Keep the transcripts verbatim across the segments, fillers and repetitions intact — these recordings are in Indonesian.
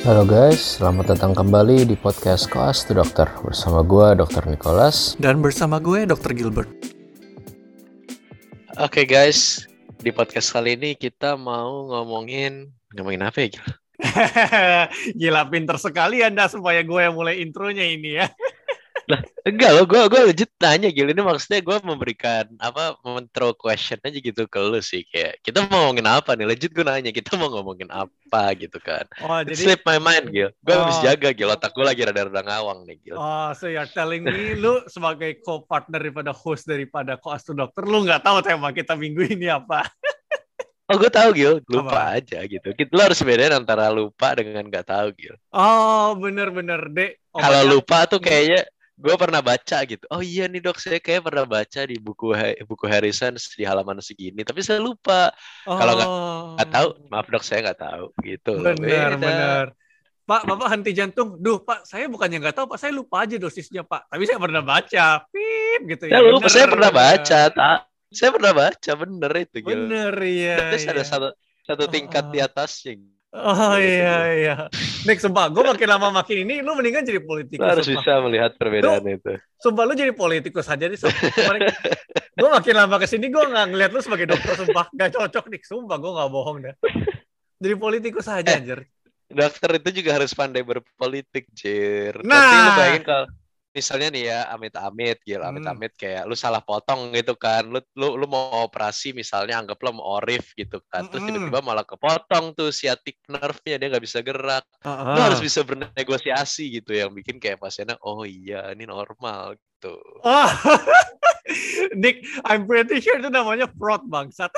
Halo guys, selamat datang kembali di podcast Koas to Dokter bersama gue Dokter Nicholas dan bersama gue Dokter Gilbert. Oke okay guys, di podcast kali ini kita mau ngomongin ngomongin apa ya Gil? Gila, pinter sekali Anda supaya gue yang mulai intronya ini ya. Lah, enggak loh, gue gue legit tanya Gil, ini maksudnya gue memberikan apa, throw question aja gitu ke lu sih, kayak kita mau ngomongin apa nih, legit gue nanya kita mau ngomongin apa gitu kan. Oh, It jadi slip my mind Gil, gue oh. habis jaga Gil, otak gue lagi rada-rada ngawang nih Gil. Oh, so you're telling me lu sebagai co-partner daripada host daripada Koas to Dokter, lu nggak tahu tema kita minggu ini apa? Oh, gue tahu Gil, lupa apa? aja gitu. Lo harus bedain antara lupa dengan nggak tahu Gil. Oh, bener-bener deh. Oh, kalau lupa tuh kayaknya gue pernah baca gitu. Oh iya nih dok, saya kayak pernah baca di buku buku Harrison di halaman segini, tapi saya lupa. Oh. Kalau nggak nggak tahu, maaf dok, saya nggak tahu gitu. Bener bener. Pak, Bapak henti jantung. Duh, Pak, saya bukannya nggak tahu, Pak, saya lupa aja dosisnya, Pak. Tapi saya pernah baca. Pip gitu ya. Saya lupa, saya pernah baca. Tak, saya pernah baca, bener itu. Bener ya. Terus iya. ada satu satu tingkat oh. di atasnya. Oh iya iya. Nek, sumpah, gue makin lama makin ini, lu mendingan jadi politikus. Lu harus sumpah. bisa melihat perbedaan lu, itu. Sumpah, lu jadi politikus aja nih. Gue makin lama kesini, gue nggak ngeliat lu sebagai dokter, sumpah. Gak cocok, Nik. Sumpah, gue nggak bohong dah. Jadi politikus aja, eh, anjir. Dokter itu juga harus pandai berpolitik, Jir. Nah. Nanti lu bayangin kalau misalnya nih ya, amit-amit gitu, amit-amit kayak lu salah potong gitu kan, lu lu lu mau operasi misalnya, anggaplah mau orif gitu kan, terus Mm-mm. tiba-tiba malah kepotong tuh sciatic nerve-nya, dia nggak bisa gerak. Uh-huh. Lu harus bisa bernegosiasi gitu, yang bikin kayak pasiennya, oh iya ini normal gitu. Oh. Nick, I'm pretty sure itu namanya fraud, bangsat.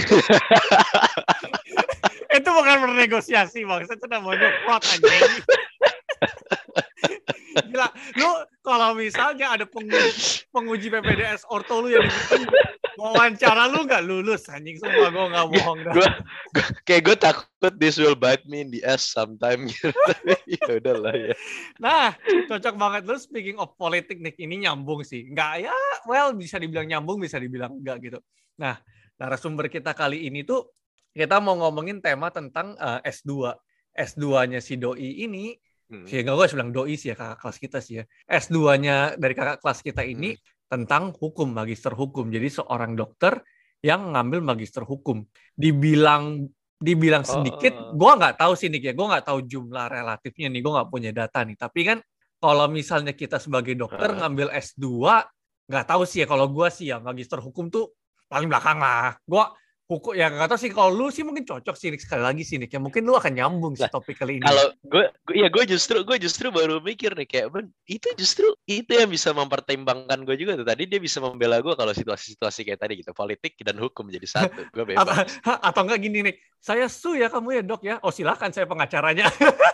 Itu bukan bernegosiasi, bangsat, itu namanya fraud aja. Gila, lu kalau misalnya ada penguji, penguji P P D S orto lu yang bikin wawancara lu nggak lulus, anjing, sumpah gue nggak bohong dah. Gua, gua, kayak gue takut this will bite me in the ass sometime gitu. Ya udahlah ya. Nah, cocok banget lu speaking of politik, Nick, ini nyambung sih. Nggak ya, well bisa dibilang nyambung, bisa dibilang enggak gitu. Nah, narasumber kita kali ini tuh kita mau ngomongin tema tentang uh, S dua. S dua-nya si Doi ini, hmm. sih nggak gue bilang Doi sih ya, kakak kelas kita sih ya. S dua-nya dari kakak kelas kita ini hmm. tentang hukum, magister hukum. Jadi seorang dokter yang ngambil magister hukum. Dibilang dibilang sedikit, oh. gue nggak tahu sih Nick ya, gue nggak tahu jumlah relatifnya nih, gue nggak punya data nih. Tapi kan kalau misalnya kita sebagai dokter uh. ngambil S dua, nggak tahu sih ya, kalau gue sih ya magister hukum tuh paling belakang lah. Gue hukum ya nggak tahu sih, kalau lu sih mungkin cocok sih Nick, sekali lagi sih Nick ya, mungkin lu akan nyambung sih topik kali ini. Kalau gue, ya gue justru gue justru baru mikir nih kayak ben, itu justru itu yang bisa mempertimbangkan gue juga tuh. Tadi dia bisa membela gue kalau situasi-situasi kayak tadi gitu, politik dan hukum jadi satu, gue bebas. atau, atau enggak gini nih, saya su ya kamu ya dok ya, oh silakan saya pengacaranya.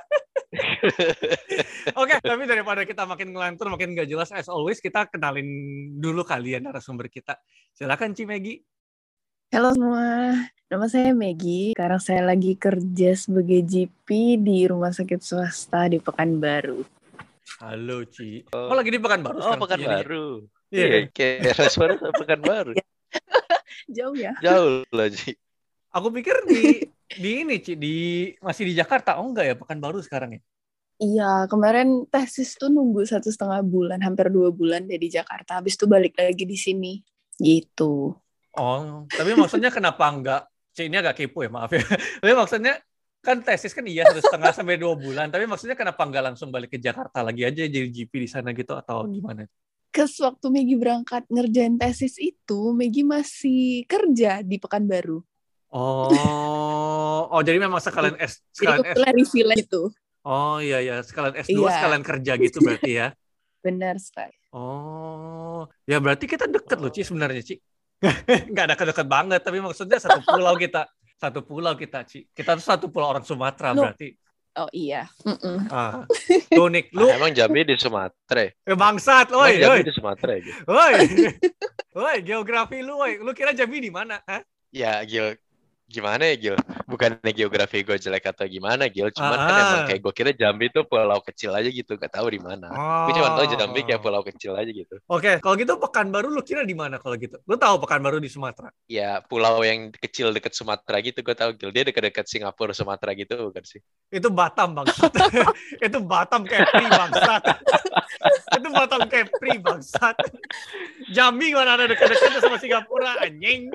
Oke, okay, tapi daripada kita makin ngelantur, makin nggak jelas, as always kita kenalin dulu kalian narasumber kita. Silakan Ci Megi. Halo semua, nama saya Megi. Sekarang saya lagi kerja sebagai G P di rumah sakit swasta di Pekanbaru. Halo Ci. Oh, oh lagi di Pekanbaru? Oh, Pekanbaru. Iya, yeah, kayak restoran Pekanbaru. Jauh ya? Jauh lah Ci. Aku pikir di di ini Ci, di masih di Jakarta. Oh enggak ya, Pekanbaru sekarang ya? Iya, kemarin tesis tuh nunggu satu setengah bulan, hampir dua bulan dari Jakarta. Habis itu balik lagi di sini, gitu. Oh, tapi maksudnya kenapa enggak? Cik, ini agak kepo ya, maaf ya. Tapi maksudnya kan tesis kan iya satu setengah sampai dua bulan. Tapi maksudnya kenapa enggak langsung balik ke Jakarta lagi aja jadi G P di sana gitu atau gimana? Kes waktu Megi berangkat ngerjain tesis itu, Megi masih kerja di Pekanbaru. Oh, oh jadi memang sekalian S, sekalian S. Jadi itu. Oh iya ya, sekalian S dua, iya. Sekalian kerja gitu berarti ya. Benar sekali. Oh, ya berarti kita deket loh Ci sebenarnya Ci. Nggak ada deket banget, tapi maksudnya satu pulau kita, satu pulau kita, Ci. Kita tuh satu pulau orang Sumatera Loh. Berarti. Oh iya. Ah. Tuh Nick, lu. Ah, emang Jambi di Sumatera? Eh bangsat, oi, Jambi oi. di Sumatera gitu. Oi, oi, geografi lu, oi. Lu kira Jambi di mana? Hah? Ya, ge- Gimana ya Gil? Bukannya geografi gue jelek atau gimana Gil? Cuman Ah, kan emang ah. kayak gue kira Jambi itu pulau kecil aja gitu, gak tahu di mana. Gue cuma tahu Jambi kayak Oh. pulau kecil aja gitu. Oke, kalau gitu Pekanbaru lu kira di mana kalau gitu? Lu tahu Pekanbaru di Sumatera? Ya pulau yang kecil deket Sumatera gitu gue tahu Gil. Dia dekat-dekat Singapura Sumatera gitu bukan sih? Itu Batam bangsat. Itu Batam Kepri bangsat. Itu Batam Kepri bangsat. Jambi mana ada dekat-dekat sama Singapura anjing.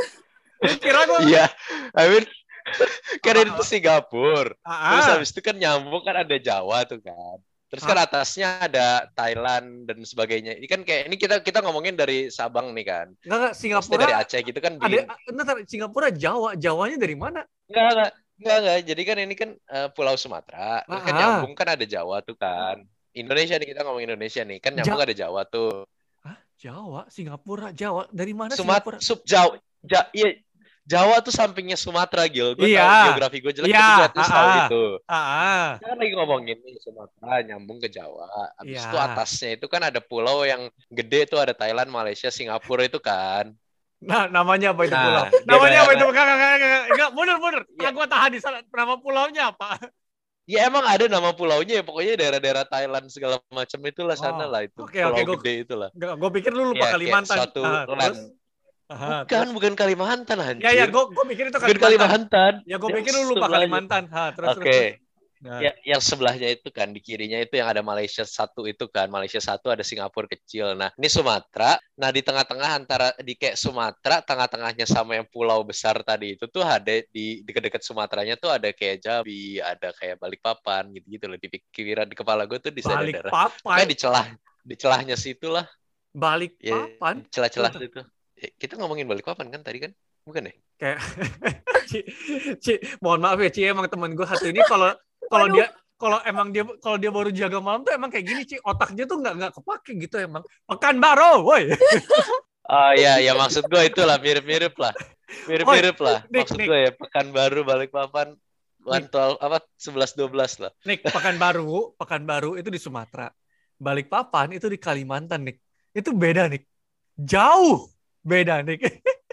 Lu kira gua Iya, I mean kan Apa, itu apa? Singapura. Ah, Terus ah. habis itu kan nyambung kan ada Jawa tuh kan. Terus kan Hah? atasnya ada Thailand dan sebagainya. Ini kan kayak ini kita kita ngomongin dari Sabang nih kan. Enggak, enggak, Maksudnya Singapura dari Aceh gitu kan ada di entar, Singapura Jawa. Jawanya dari mana? enggak enggak enggak enggak. Jadi kan ini kan eh, Pulau Sumatera. Terus kan Ah, ah. nyambung kan ada Jawa tuh kan. Indonesia nih kita ngomongin Indonesia nih. Kan nyambung Ja- ada Jawa tuh. Hah? Jawa, Singapura, Jawa. Dari mana Sumat Singapura? sub Jawa ja, iya, Jawa tuh sampingnya Sumatera Gil. Gue Iya. tahu geografi gue jelek Iya, tapi gue at least ah, tahu ah. itu. Ah, ah. Kita kan lagi ngomongin nih Sumatera nyambung ke Jawa. Habis Iya. itu atasnya itu kan ada pulau yang gede tuh ada Thailand, Malaysia, Singapura itu kan. Nah, namanya apa itu Nah, pulau? di Namanya apa itu? daerah Enggak, enggak, enggak, enggak. Enggak, mundur, mundur. ya, Ah, gua tahan di sana. Nama pulaunya apa? ya emang ada nama pulaunya ya pokoknya daerah-daerah Thailand segala macam itulah sana Oh, lah itu oke, oke. pulau Gue gede itulah. gue pikir lu lupa Ya kayak Kalimantan. suatu Ah, terus? land. Aha, Bukan, terus? bukan Kalimantan Ya, ya, anjir. gue gue pikir itu Bukan Kalimantan. Kalimantan. Ya, gue Yang pikir lu lupa sebelahnya. Kalimantan. Ha, terus, Oke. terus, terus. Nah, Ya, yang sebelahnya itu kan di kirinya itu yang ada Malaysia satu itu kan Malaysia satu ada Singapura kecil. Nah ini Sumatera. Nah di tengah-tengah antara di kayak Sumatera tengah-tengahnya sama yang pulau besar tadi itu tuh ada di dekat-dekat Sumateranya tuh ada kayak Jambi, ada kayak Balikpapan gitu-gitu loh di pikiran di kepala gue tuh di daerah. Balikpapan. Kayak di celah di celahnya situ lah. Ya Balikpapan. di celah-celah Tuh, tuh. situ. Ya, kita ngomongin Balikpapan kan tadi kan? Bukan ya? Kayak Ci, Ci, mohon maaf ya Ci, emang temen gue satu ini kalau kalau Waduh. dia kalau emang dia kalau dia baru jaga malam tuh emang kayak gini Ci, otaknya tuh nggak nggak kepake gitu emang. Pekanbaru, woi. Oh ya, ya maksud gue itulah mirip-mirip lah, mirip-mirip lah. Nick, Maksud Nick. gue ya Pekanbaru, Balikpapan, Nick. Wantol apa sebelas dua belas lah. Nick, Pekanbaru, Pekanbaru itu di Sumatera. Balikpapan itu di Kalimantan, Nick. Itu beda, Nick. Jauh beda, Nick.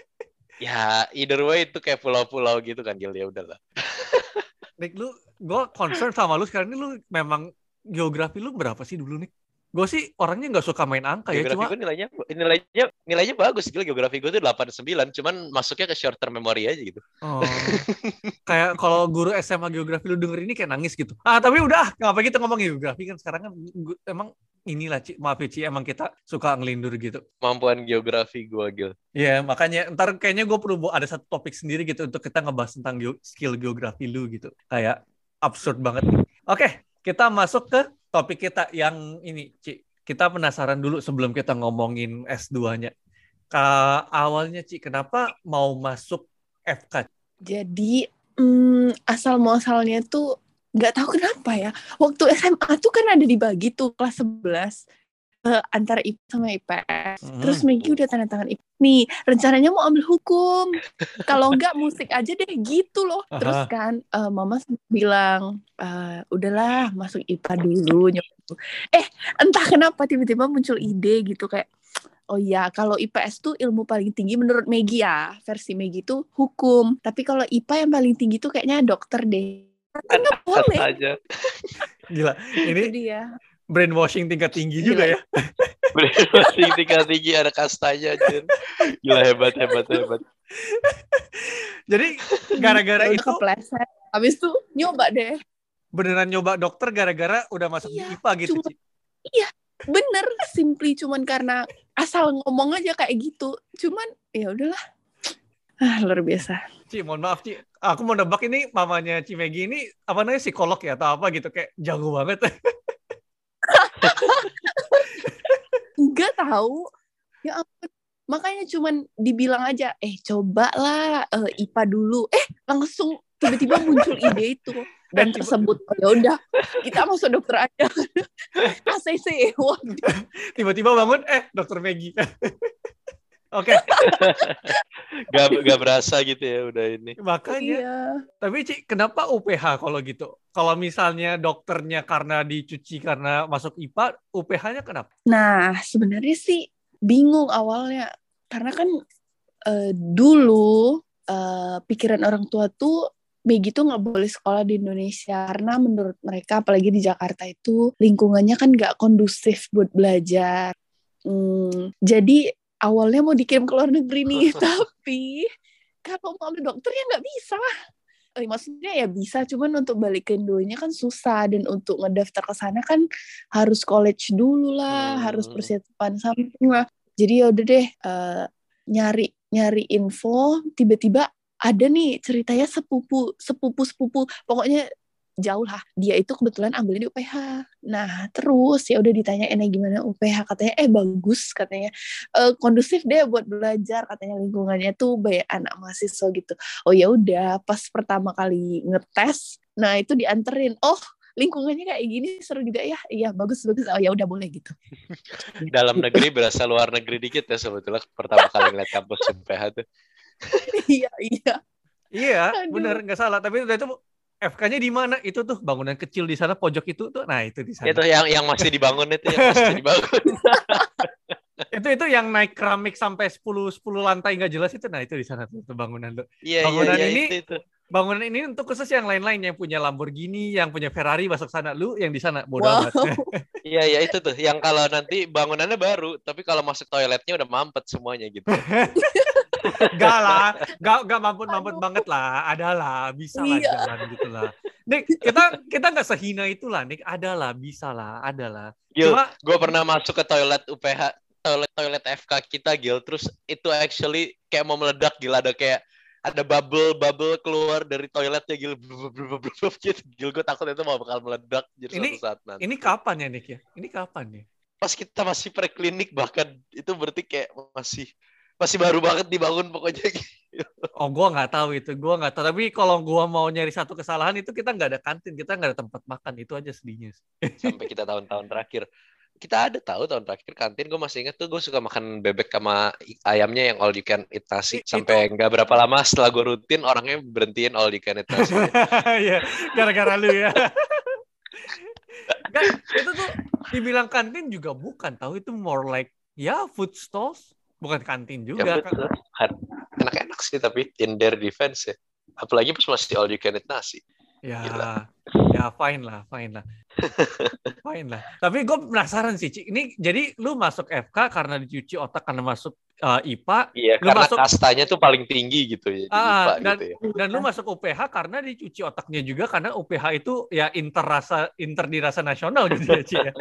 Ya either way itu kayak pulau-pulau gitu kan, Gil ya udahlah. Nick, lu, gue concern sama lu sekarang ini lu memang geografi lu berapa sih dulu, Nick? Gue sih orangnya nggak suka main angka ya, Geografi cuma gue nilainya nilainya nilainya bagus, Gil. Geografi gue tuh delapan sembilan, cuman masuknya ke short term memory aja gitu. oh, kayak kalau guru S M A geografi lu denger ini kayak nangis gitu. Ah, tapi udah, ngapain kita ngomong geografi kan sekarang kan gua, emang inilah Ci, maaf ya Ci, emang kita suka ngelindur gitu. Kemampuan geografi gue, Gil. Iya, yeah, makanya ntar kayaknya gue perlu ada satu topik sendiri gitu untuk kita ngebahas tentang ge- skill geografi lu gitu. Kayak absurd banget. Oke, kita masuk ke topik kita yang ini, Ci. Kita penasaran dulu sebelum kita ngomongin S dua-nya. Ka awalnya, Ci, kenapa mau masuk F K? Jadi hmm, asal muasalnya tuh nggak tahu kenapa ya. Waktu S M A tuh kan ada dibagi tuh kelas sebelas uh, antara I P A sama I P S. Hmm. Terus Maggie udah tanda tangan I P A. Nih, rencananya mau ambil hukum. Kalau nggak musik aja deh gitu loh. Aha. Terus kan uh, mama bilang, uh, udahlah masuk I P A dulu. Eh, entah kenapa tiba-tiba muncul ide gitu kayak, oh iya, kalau I P S tuh ilmu paling tinggi menurut Maggie ya. Versi Maggie tuh hukum. Tapi kalau I P A yang paling tinggi tuh kayaknya dokter deh. Nggak boleh. Aja. Gila, ini Jadi ya. brainwashing tingkat tinggi Gila. juga ya. Masih tingkat tinggi ada kastanya aja. Gila hebat hebat hebat. Jadi gara-gara Udah itu kepleset. Habis tuh nyoba deh. beneran nyoba dokter gara-gara udah masuk Iya, di I P A gitu, cuma- Ci. Iya, bener. Simply cuman karena asal ngomong aja kayak gitu. Cuman ya udahlah. Ah, luar biasa. Ci, mohon maaf, Ci. Aku mau nebak ini mamanya Ci Maggie ini apa namanya psikolog ya atau apa gitu kayak jago banget. Enggak tahu. Ya ampun. Makanya cuman dibilang aja, eh cobalah uh, I P A dulu. Eh langsung tiba-tiba muncul ide itu dan Eh, tiba- tersebut. Ya udah, kita masuk dokter aja. A C C. Waduh. Tiba-tiba bangun, eh dokter Maggie. Oke, Gak gak berasa gitu ya udah ini. makanya. Iya. Tapi Ci, kenapa U P H kalau gitu? Kalau misalnya dokternya karena dicuci karena masuk I P A, U P H-nya kenapa? Nah, sebenarnya sih bingung awalnya. Karena kan uh, dulu uh, pikiran orang tua tuh Megi tuh nggak boleh sekolah di Indonesia karena menurut mereka apalagi di Jakarta itu lingkungannya kan nggak kondusif buat belajar. Hmm, jadi awalnya mau dikirim ke luar negeri nih, tapi kalau mau ambil dokter ya nggak bisa. Eh, maksudnya ya bisa, cuman untuk balik ke Indonya kan susah dan untuk ngedaftar ke sana kan harus college dulu lah, hmm. harus persiapan samping lah. Jadi ya udah deh uh, nyari nyari info, tiba-tiba ada nih ceritanya sepupu, sepupu-sepupu, pokoknya jauh lah. Dia itu kebetulan ambilnya di U P H. Nah, terus ya udah ditanya enak gimana U P H, katanya eh bagus katanya. E, kondusif deh buat belajar katanya, lingkungannya tuh banyak anak mahasiswa gitu. Oh ya udah, pas pertama kali ngetes, nah itu dianterin. Oh, lingkungannya kayak gini seru juga ya. Iya, bagus bagus. Oh ya udah boleh gitu. Dalam negeri berasa luar negeri dikit ya sebetulnya pertama kali ngeliat kampus U P H tuh. Iya, iya. Iya, benar, nggak salah. Tapi udah itu F K-nya di mana? Itu tuh bangunan kecil di sana pojok itu tuh. Nah, itu di sana. Itu yang yang masih dibangun itu yang masih dibangun. itu itu yang naik keramik sampai sepuluh sepuluh lantai nggak jelas itu. Nah, itu di sana tuh, tuh bangunan tuh. Iya, bangunan iya, ini itu, itu. Bangunan ini untuk khusus yang lain-lain, yang punya Lamborghini, yang punya Ferrari masuk sana. Lu yang di sana bodo wow. amat. Iya, iya itu tuh. Yang kalau nanti bangunannya baru, tapi kalau masuk toiletnya udah mampet semuanya gitu. Gak lah, gak, gak mampet-mampet banget lah, ada lah, bisa lah iya. jalan gitu lah. Nik, kita kita nggak sehina itulah, Nik, ada lah, bisa lah, ada lah. Gil, Cuma gue pernah masuk ke toilet U P H, toilet toilet F K kita, Gil, terus itu actually kayak mau meledak, Gil, ada kayak ada bubble bubble keluar dari toiletnya, Gil, gitu, Gil, gue takut itu mau bakal meledak jadi ini, suatu saat nanti. Ini kapan ya, Nik ya? Ini kapan ya? Pas kita masih preklinik bahkan itu berarti kayak masih masih baru banget dibangun pokoknya. Oh, gue nggak tahu itu, gue nggak tahu. Tapi kalau gue mau nyari satu kesalahan itu kita nggak ada kantin, kita nggak ada tempat makan, itu aja sedihnya. Sampai kita tahun-tahun terakhir, kita ada tahu tahun terakhir kantin, gue masih ingat tuh gue suka makan bebek sama ayamnya yang all you can eat nasi. Sampai nggak itu... berapa lama setelah gue rutin orangnya berhentiin all you can eat nasi. Iya, gara-gara lu ya. Kan itu tuh dibilang kantin juga bukan, tahu itu more like ya food stalls. Bukan kantin juga. Ya, betul. Enak-enak sih tapi in their defense ya. Apalagi pas masih all you can eat nasi. Ya, gila. Ya fine lah, fine lah. Fine lah. Tapi gue penasaran sih, Ci. Ini jadi lu masuk F K karena dicuci otak karena masuk uh, I P A. Iya, lu karena masuk... kastanya tuh paling tinggi gitu ya. Ah, I P A dan, gitu ya. Dan lu masuk U P H karena dicuci otaknya juga karena U P H itu ya interrasa interdirasa nasional gitu ya, Ci ya.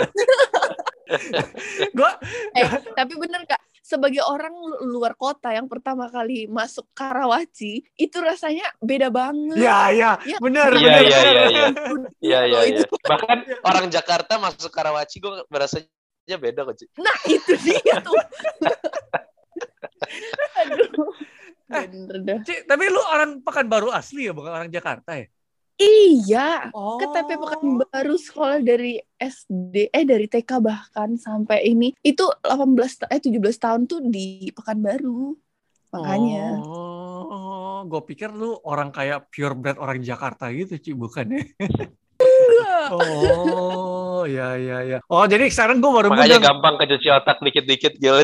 Gua eh tapi bener Kak, sebagai orang luar kota yang pertama kali masuk Karawaci itu rasanya beda banget. Ya ya, ya benar iya, benar. Iya benar. iya iya. Iya iya iya. Bahkan orang Jakarta masuk Karawaci gue berasanya beda kok, Ci. Nah, itu dia tuh. Aduh. Bener dah. Ci, tapi lu orang Pekanbaru asli ya, bukan orang Jakarta ya? Iya, oh. Ke T P Pekanbaru, sekolah dari S D, eh dari T K bahkan sampai ini. Itu delapan belas eh tujuh belas tahun tuh di Pekanbaru. Makanya. Oh, gue pikir lu orang kayak purebred orang Jakarta gitu, Ci, bukan ya? Oh, ya ya ya. Oh, jadi sekarang gue baru Makanya mudeng. gampang kecuci otak dikit-dikit gitu.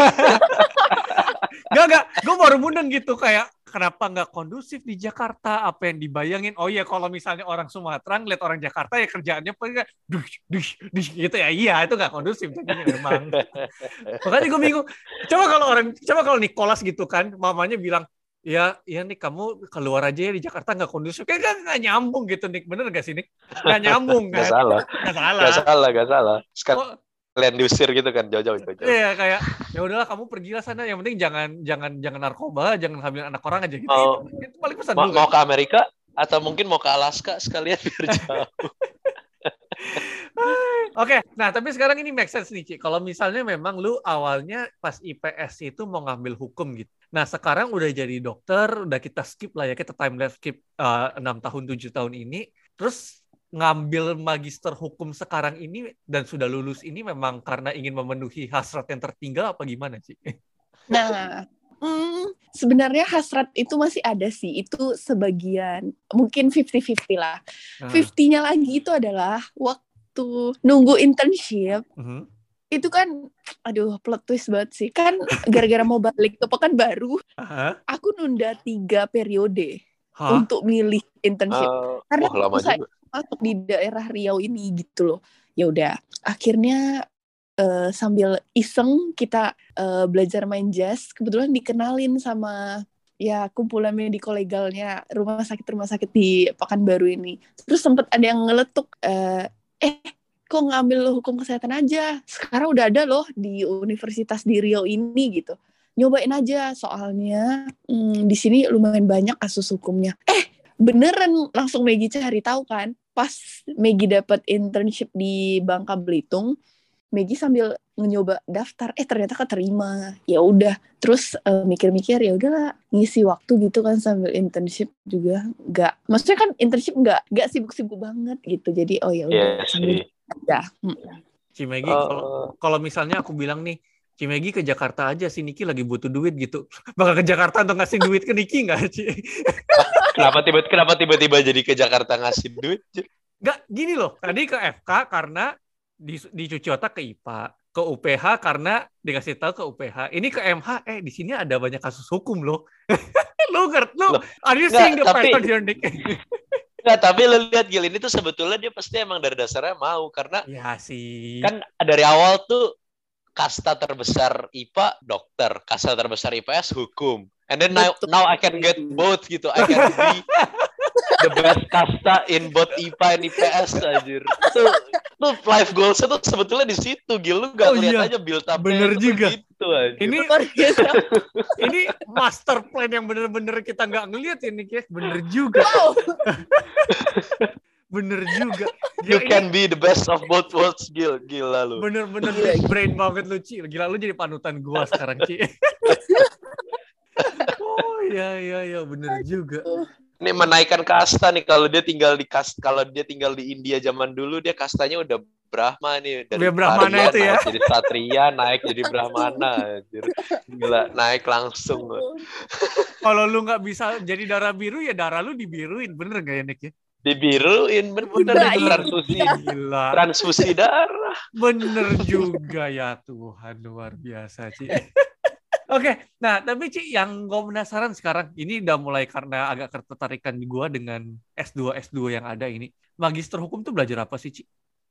Gak, gak. Gue baru mudeng gitu. Kayak, kenapa gak kondusif di Jakarta? Apa yang dibayangin? Oh iya, kalau misalnya orang Sumatera ngeliat orang Jakarta ya kerjaannya paling kayak dush, dush, dush, gitu ya. Iya, itu gak kondusif. Jadinya memang. Makanya gue bingung. Coba kalau orang, coba kalau Nicholas gitu kan, mamanya bilang, ya, ya Nik, kamu keluar aja ya di Jakarta nggak kondusif. Kayak gak, gak nyambung gitu, Nik. Bener gak sih, Nik? Gak nyambung kan? Gak salah. Gak salah. Gak salah, gak salah. Sekarang oh, kalian diusir gitu kan, jauh-jauh itu. Iya, kayak ya udahlah kamu pergilah sana. Yang penting jangan jangan jangan narkoba, jangan hamil anak orang aja gitu. Mau, itu, itu paling pesan mau, dulu. Mau ke Amerika atau mungkin mau ke Alaska sekalian biar jauh. Oke, okay, nah tapi sekarang ini make sense nih, Ci. Kalau misalnya memang lu awalnya pas I P S itu mau ngambil hukum gitu. Nah sekarang udah jadi dokter, udah kita skip lah ya, kita time lapse skip uh, enam tahun, tujuh tahun ini. Terus ngambil magister hukum sekarang ini dan sudah lulus ini memang karena ingin memenuhi hasrat yang tertinggal apa gimana, Ci? Nah, hmm, sebenarnya hasrat itu masih ada sih. Itu sebagian, mungkin fifty fifty lah. Nah. fifty-nya lagi itu adalah waktu nunggu internship. Uh-huh. itu kan, aduh plot twist banget sih. Kan gara-gara mau balik ke Pekanbaru, Hah? aku nunda tiga periode Hah? untuk milih internship. Uh, Karena wah lama aku saya juga. masuk di daerah Riau ini gitu loh. Ya udah, akhirnya uh, sambil iseng kita uh, belajar main jazz. Kebetulan dikenalin sama ya kumpulan medico legalnya rumah sakit-rumah sakit di Pekanbaru ini. Terus sempat ada yang ngeletuk, uh, eh kok ngambil hukum kesehatan aja? Sekarang udah ada loh di Universitas di Riau ini gitu. Nyobain aja, soalnya hmm, di sini lumayan banyak kasus hukumnya. Eh, beneran langsung Maggie cari tahu kan. Pas Maggie dapat internship di Bangka Belitung, Maggie sambil nyoba daftar, eh ternyata keterima. Ya udah, terus uh, mikir-mikir ya udahlah, ngisi waktu gitu kan sambil internship juga nggak. Maksudnya kan internship nggak nggak sibuk-sibuk banget gitu. Jadi oh ya udah Iya sambil sih. ya. Cimegi, Uh, kalau kalau misalnya aku bilang nih, Cimegi ke Jakarta aja, si Niki lagi butuh duit gitu. Bakal ke Jakarta untuk ngasih duit ke Niki nggak, Ci? kenapa tiba kenapa tiba-tiba jadi ke Jakarta ngasih duit? Nggak, gini loh. Tadi ke F K karena di, dicuci otak ke I P A. Ke U P H karena dikasih tahu ke U P H. Ini ke M H, eh di sini ada banyak kasus hukum loh. Lo ngerti? Lo, Loh, are you nggak, seeing the tapi- pattern here, Nick? Nggak, tapi lo lihat Gil, ini tuh sebetulnya dia pasti emang dari dasarnya mau. Karena Ya sih. kan dari awal tuh kasta terbesar I P A dokter, kasta terbesar I P S hukum. And then now, Betul. now I can get both gitu. I can be the best kasta in both I P A and I P S anjir. Itu tuh life goals itu sebetulnya di situ Gil. Lu gak Oh, lihat iya. aja build up Bener juga. gitu anjir. Ini Luar biasa. ini master plan yang bener-bener kita nggak ngelihat ini, Nick, ya. Bener juga. Wow. Bener juga. You Gila, can ini be the best of both worlds Gil. Gila lu. bener-bener Gila, big brain banget lu, Ci. Gila, lu jadi panutan gua sekarang, Ci. Oh iya iya iya, bener juga. Ini menaikkan kasta nih kalau dia tinggal di kast kalau dia tinggal di India zaman dulu dia kastanya udah Brahma nih dari Udah Brahmana Arya itu ya. naik jadi Satria naik jadi Brahmana anjir. Gila naik langsung. Kalau lu nggak bisa jadi darah biru, ya darah lu dibiruin. Bener nggak ya, Nick, ya? Dibiruin bener Bener itu itu. transfusi Gila. transfusi darah. Bener juga ya, Tuhan, luar biasa, Ci. Oke, nah tapi Ci, yang gue penasaran sekarang, ini udah mulai karena agak ketertarikan gue dengan S dua S dua yang ada ini. Magister hukum tuh belajar apa sih, Ci?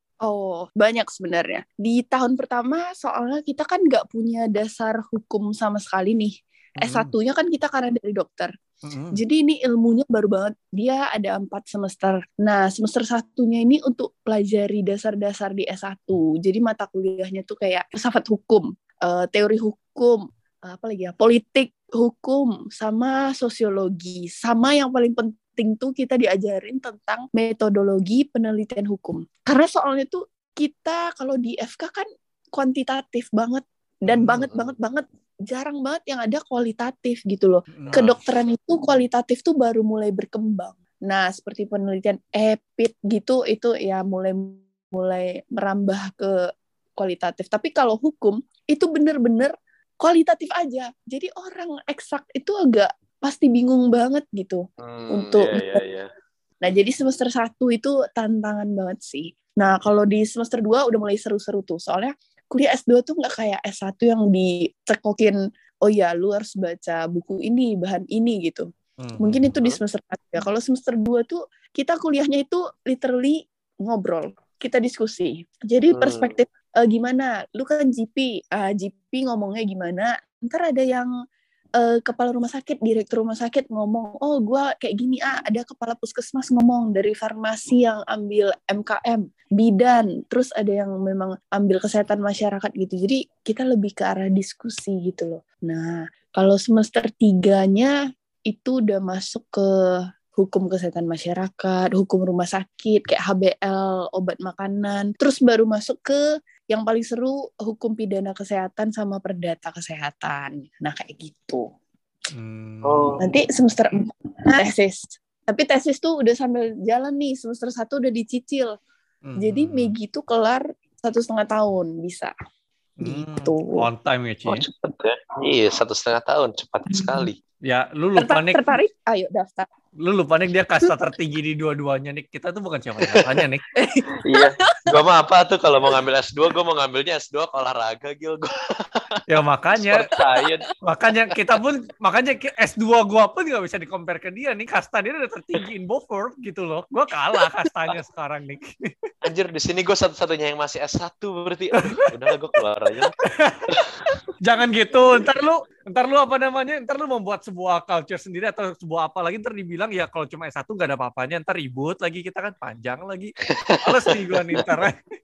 Oh, banyak sebenarnya. Di tahun pertama soalnya kita kan nggak punya dasar hukum sama sekali nih. S satu-nya kan kita karena dari dokter. Mm-hmm. Jadi ini ilmunya baru banget. Dia ada empat semester. Nah, semester satunya ini untuk pelajari dasar-dasar di S satu. Jadi mata kuliahnya tuh kayak filsafat hukum, uh, teori hukum, apa lagi ya, politik hukum, sama sosiologi. Sama yang paling penting tuh kita diajarin tentang metodologi penelitian hukum. Karena soalnya tuh kita kalau di F K kan kuantitatif banget. Dan Hmm. banget-banget-banget jarang banget yang ada kualitatif gitu loh. Nah, Kedokteran itu kualitatif tuh baru mulai berkembang. Nah, seperti penelitian epid gitu, itu ya mulai mulai merambah ke kualitatif. Tapi kalau hukum, itu bener-bener kualitatif aja. Jadi orang eksak itu agak pasti bingung banget gitu. Hmm, Untuk iya, iya, iya. Nah, jadi semester satu itu tantangan banget sih. Nah, kalau di semester dua udah mulai seru-seru tuh. Soalnya kuliah S dua tuh nggak kayak S satu yang dicekokin, oh ya lu harus baca buku ini, bahan ini gitu. hmm. Mungkin itu di semester satu ya. Kalau semester dua tuh kita kuliahnya itu literally ngobrol. Kita diskusi. Jadi Hmm. perspektif uh, gimana? Lu kan G P, uh, G P ngomongnya gimana? Ntar ada yang Uh, kepala rumah sakit, direktur rumah sakit ngomong, oh gue kayak gini, ah ada kepala puskesmas ngomong, dari farmasi yang ambil M K M, bidan, terus ada yang memang ambil kesehatan masyarakat gitu. Jadi kita lebih ke arah diskusi gitu loh. Nah, kalau semester tiganya itu udah masuk ke hukum kesehatan masyarakat, hukum rumah sakit, kayak H B L, obat makanan, terus baru masuk ke yang paling seru, hukum pidana kesehatan sama perdata kesehatan. Nah, kayak gitu. Hmm. Oh. Nanti semester empat tesis. Tapi tesis tuh udah sambil jalan nih. Semester satu udah dicicil. Hmm. Jadi Megi tuh kelar satu setengah tahun bisa. Hmm. Gitu. On time ya, Ci. Oh cepet ya. Iya satu setengah tahun cepat Hmm. sekali. Ya, lu lupa nih. Tertarik? Ayo daftar. Lu lupa nih dia kasta tertinggi di dua-duanya nih. Kita tuh bukan siapa-siapanya nih. Iya. Gua mah apa tuh kalau mau ngambil S dua, gua mau ngambilnya S dua olahraga, Gil. Gua Ya makanya, sport science. makanya kita pun, makanya S dua gua pun nggak bisa di-compare ke dia nih. Kasta dia udah tertinggi in both world gitu loh. Gua kalah kastanya sekarang nih. Anjir, di sini gua satu-satunya yang masih S satu berarti. Aduh, udahlah gua keluar aja. Jangan gitu, ntar lu, ntar lu apa namanya, ntar lu membuat sebuah culture sendiri atau sebuah apa lagi, ntar dibilang ya kalau cuma S satu nggak ada apa-apanya, ntar ribut lagi, kita kan panjang lagi. Males nih gue nih ntar.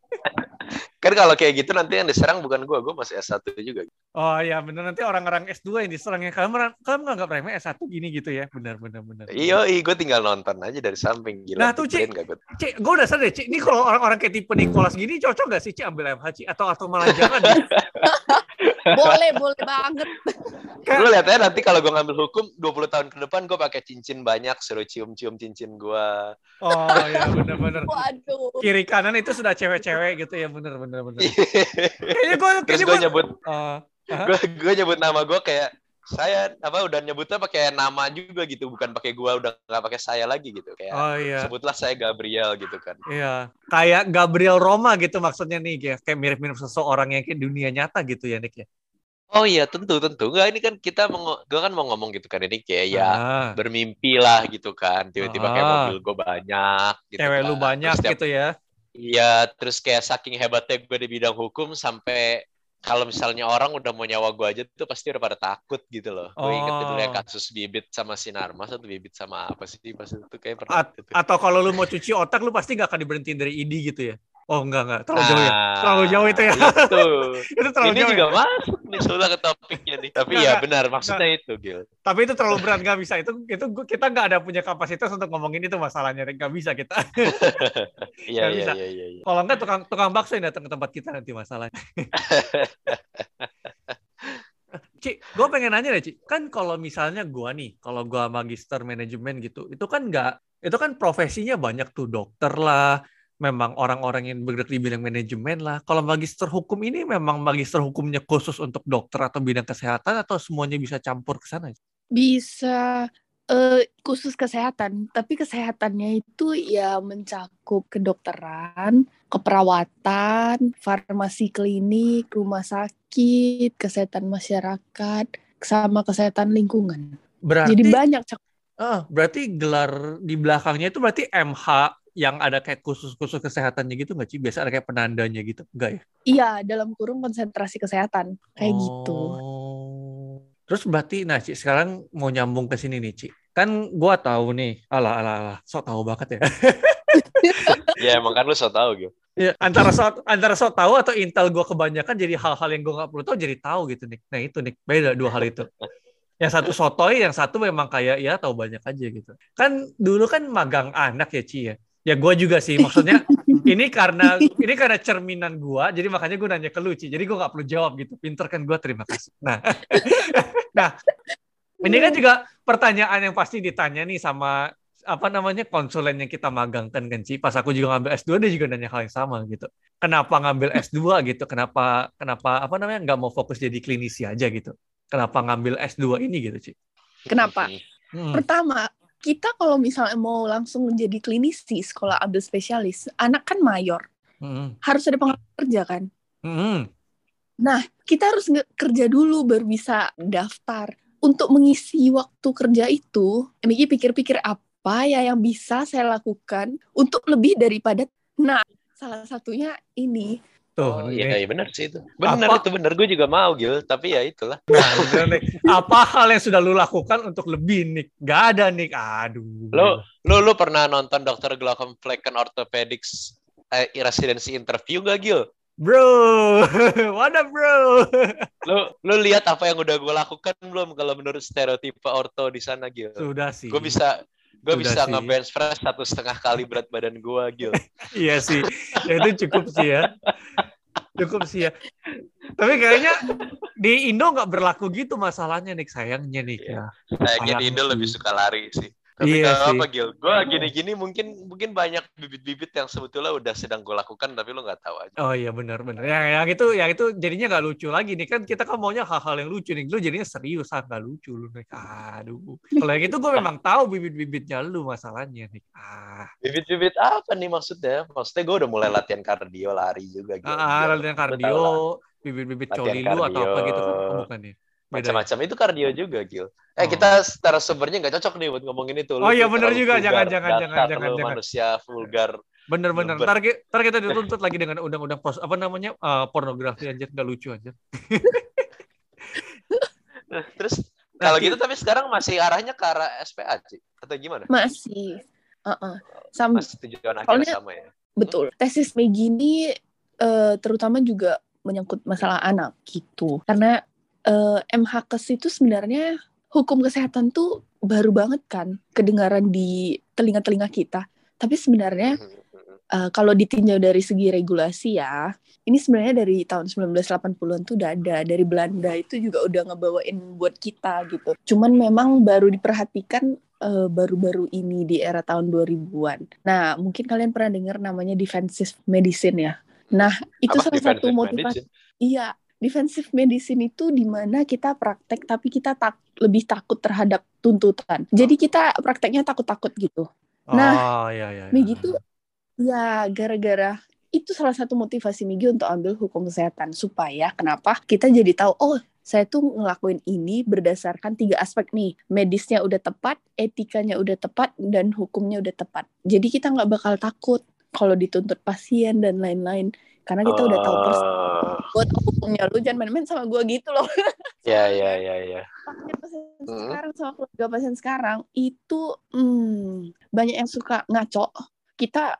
Kan kalau kayak gitu nanti yang diserang bukan gua, gua masih S satu juga. Oh iya bener, nanti orang-orang S dua yang diserangnya, kamu, kamu nggak remeh S satu gini gitu ya, bener bener bener. Iya, gue tinggal nonton aja dari samping. Gila, nah tuh Ci, Ci, gue udah sadar Ci, ini kalau orang-orang kayak tipe Nicholas gini cocok gak sih Ci ambil M H Ci, atau atau malah jangan ya? Boleh, boleh banget. Lu lihat ya nanti kalau gue ngambil hukum dua puluh tahun ke depan gue pakai cincin banyak, suruh cium-cium cincin gue. Oh ya bener-bener. Waduh. Kiri kanan itu sudah cewek-cewek gitu ya, bener-bener. Bener. Kayaknya gue, terus gue nyebut, uh, gue gue nyebut nama gue kayak saya apa udah nyebutnya pakai nama juga gitu, bukan pakai gue, udah nggak pakai saya lagi gitu kayak. Oh, iya. Sebutlah saya Gabriel gitu kan. Iya, kayak Gabriel Roma gitu maksudnya nih, kayak kayak mirip-mirip seseorang yang kayak dunia nyata gitu ya Nick ya. Oh iya, tentu tentu. Enggak, ini kan kita mau, gue kan mau ngomong gitu kan, ini kayak ya Ah. bermimpi lah gitu kan. Tiba-tiba kayak Ah. mobil gue banyak gitu. Cewek kan. lu banyak Terus tiap- gitu ya. Iya, terus kayak saking hebatnya gue di bidang hukum sampai kalau misalnya orang udah mau nyawa gue aja tuh pasti udah pada takut gitu loh. Gue inget Oh. dulu ya kasus Bibit sama Sinarmas atau Bibit sama apa sih pas itu kayak pernah. At- gitu. atau kalau lu mau cuci otak lu pasti gak akan diberhentiin dari I D gitu ya. Oh enggak enggak, terlalu Nah, jauh ya. Terlalu jauh itu ya. Itu. Itu terlalu Ini jauh juga ya. masuk nih sudah ke topiknya nih. Tapi Nggak, ya nggak. benar maksudnya itu, Gil. Tapi itu terlalu berat, nggak bisa. Itu itu gua- kita nggak ada punya kapasitas untuk ngomongin itu masalahnya. Nggak bisa kita. Iya Nggak iya bisa. iya iya. iya. Kalau nggak tukang tukang bakso yang datang ke tempat kita nanti masalahnya. Ci, gue pengen nanya deh, Ci. Kan kalau misalnya gue nih, kalau gue magister manajemen gitu, itu kan nggak, itu kan profesinya banyak tuh, dokter lah, memang orang-orang yang bergerak di bidang manajemen lah. Kalau magister hukum ini memang magister hukumnya khusus untuk dokter atau bidang kesehatan atau semuanya bisa campur ke sana? Bisa eh, khusus kesehatan, tapi kesehatannya itu ya mencakup kedokteran, keperawatan, farmasi klinik, rumah sakit, kesehatan masyarakat, sama kesehatan lingkungan. Berarti, Jadi banyak cakup. ah, berarti gelar di belakangnya itu berarti M H yang ada kayak khusus-khusus kesehatannya gitu nggak sih? Biasa ada kayak penandanya gitu, enggak ya? Iya, dalam kurung konsentrasi kesehatan kayak Oh. gitu. Terus berarti, nah Ci, sekarang mau nyambung ke sini nih, Ci. Kan gua tahu nih, alah, alah, alah, sok tahu banget ya. Ya emang kan lu so tau gitu. Ya, antara sok antara sok tahu atau intel gua kebanyakan jadi hal-hal yang gua nggak perlu tahu jadi tahu gitu nih. Nah itu nih, beda dua hal itu. Yang satu sotoy, yang satu memang kayak ya tahu banyak aja gitu. Kan dulu kan magang anak ya Ci ya. Ya gua juga sih, maksudnya ini karena ini karena cerminan gua, jadi makanya gua nanya ke lu Ci. Jadi gua nggak perlu jawab gitu. Pinter kan gua, terima kasih. Nah, nah ini kan juga pertanyaan yang pasti ditanya nih sama apa namanya konsulen yang kita magangkan kan Ci. Pas aku juga ngambil S dua dia juga nanya hal yang sama gitu. Kenapa ngambil S dua gitu? Kenapa kenapa apa namanya nggak mau fokus jadi klinisi aja gitu? Kenapa ngambil S dua ini gitu Ci? Kenapa? Hmm. Pertama, kita kalau misalnya mau langsung menjadi klinisi, sekolah ambil spesialis, anak kan mayor. Hmm. Harus ada pengalaman kerja kan? Hmm. Nah, kita harus nge- kerja dulu baru bisa daftar. Untuk mengisi waktu kerja itu, Miki pikir-pikir apa ya yang bisa saya lakukan untuk lebih daripada, nah, salah satunya ini. Tuh, Oh iya, nih. iya benar sih itu. Benar Apa? itu benar, gue juga mau Gil, tapi ya itulah. Nah, bener nih. Apa hal yang sudah lu lakukan untuk lebih Nick? Gak ada Nick. Aduh. Lo lo lo pernah nonton dokter Glaucom Flecken Orthopedics eh, residency interview gak Gil? Bro, what up bro? Lo lo lihat apa yang udah gue lakukan belum kalau menurut stereotipe orto di sana Gil? Sudah sih. Gue bisa gue Sudah bisa sih. nge-bench press satu setengah kali berat badan gue Gil. Iya sih. Ya, itu cukup sih ya. Cukup sih ya. Tapi kayaknya di Indo nggak berlaku gitu masalahnya Nick, sayangnya Nick ya. Kayaknya di Sayang Indo sih. lebih suka lari sih. Tapi Iya nggak sih. apa Gil, gue gini-gini mungkin mungkin banyak bibit-bibit yang sebetulnya udah sedang gue lakukan tapi lo nggak tahu aja. Oh iya benar-benar. Yang, yang itu, yang itu jadinya nggak lucu lagi nih kan kita kan maunya hal-hal yang lucu nih. Lu jadinya serius ah nggak lucu lu nih. Aduh. Kalau yang itu gue memang tahu bibit-bibitnya lu masalahnya nih. Ah. Bibit-bibit apa nih maksudnya? Maksudnya gue udah mulai latihan kardio lari juga Gil. Ah, Biar latihan lo tahu lah. kardio, bibit-bibit Latihan coli lu atau kardio. apa gitu kan? Oh bukan ya. Beda ya? Macam-macam itu kardio juga Gil. Eh Oh. kita secara sumbernya nggak cocok nih buat ngomongin itu. Lu Oh iya tuh benar terlalu juga. vulgar. Jangan jangan Dasar jangan jangan lu jangan. manusia vulgar. Bener-bener. Ngeber. Ntar, ki- ntar kita dituntut lagi dengan undang-undang pros, apa namanya eh, pornografi anjir nggak lucu anjir. Nah, terus Nah, kalau Ki- gitu tapi sekarang masih arahnya ke arah S P A Ci? Atau gimana? Masih. Uh-uh. Sam- Masih tujuan akhirnya Soalnya- sama ya? Betul. Tesis Megi ini eh, terutama juga menyangkut masalah anak gitu. Karena eh, M H K S itu sebenarnya hukum kesehatan tuh baru banget kan kedengaran di telinga-telinga kita. Tapi sebenarnya eh, kalau ditinjau dari segi regulasi ya, ini sebenarnya dari tahun sembilan belas delapan puluhan tuh udah ada. Dari Belanda itu juga udah ngebawain buat kita gitu. Cuman memang baru diperhatikan uh, baru-baru ini di era tahun dua ribuan. Nah, mungkin kalian pernah dengar namanya defensive medicine ya. Nah, itu Apa? salah satu Defensive motivasi. medicine? Iya, defensive medicine itu di mana kita praktek tapi kita tak, lebih takut terhadap tuntutan. Jadi kita prakteknya takut-takut gitu. oh Nah, iya iya. iya. Megi tuh ya gara-gara itu salah satu motivasi Migi untuk ambil hukum kesehatan supaya kenapa kita jadi tahu oh saya tuh ngelakuin ini berdasarkan tiga aspek nih, medisnya udah tepat, etikanya udah tepat, dan hukumnya udah tepat. Jadi kita nggak bakal takut kalau dituntut pasien dan lain-lain karena kita udah tahu persis Oh. buat hukumnya. Lu jangan main-main sama gue gitu loh. Ya ya ya ya. Pasien pasien Hmm. sekarang sama keluarga pasien sekarang itu hmm, banyak yang suka ngaco. Kita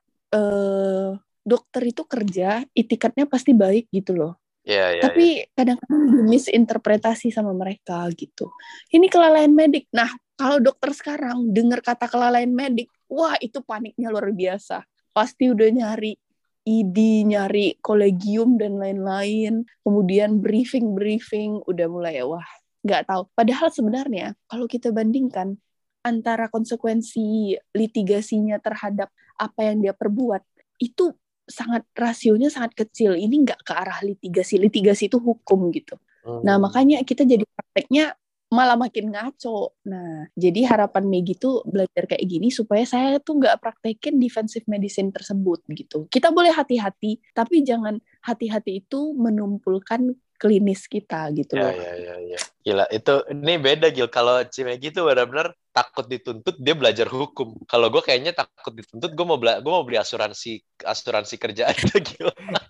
eh, dokter itu kerja, itikatnya pasti baik gitu loh. Ya ya. Tapi kadang-kadang misinterpretasi sama mereka gitu. Ini kelalaian medik. Nah, kalau dokter sekarang dengar kata kelalaian medik, wah itu paniknya luar biasa. Pasti udah nyari I D, nyari kolegium dan lain-lain. Kemudian briefing-briefing, udah mulai wah nggak tahu. Padahal sebenarnya kalau kita bandingkan antara konsekuensi litigasinya terhadap apa yang dia perbuat, itu sangat rasionya sangat kecil. Ini nggak ke arah litigasi. Litigasi itu hukum gitu. Hmm. Nah, makanya kita jadi prakteknya malah makin ngaco. Nah, jadi harapan Megi tuh belajar kayak gini supaya saya tuh nggak praktekin defensive medicine tersebut gitu. Kita boleh hati-hati, tapi jangan hati-hati itu menumpulkan klinis kita gitu Ya loh. ya ya ya. Gila itu ini beda Gil. Kalau Cimegi itu benar-benar takut dituntut dia belajar hukum. Kalau gue kayaknya takut dituntut gue mau bela- gue mau beli asuransi asuransi kerja aja Gil.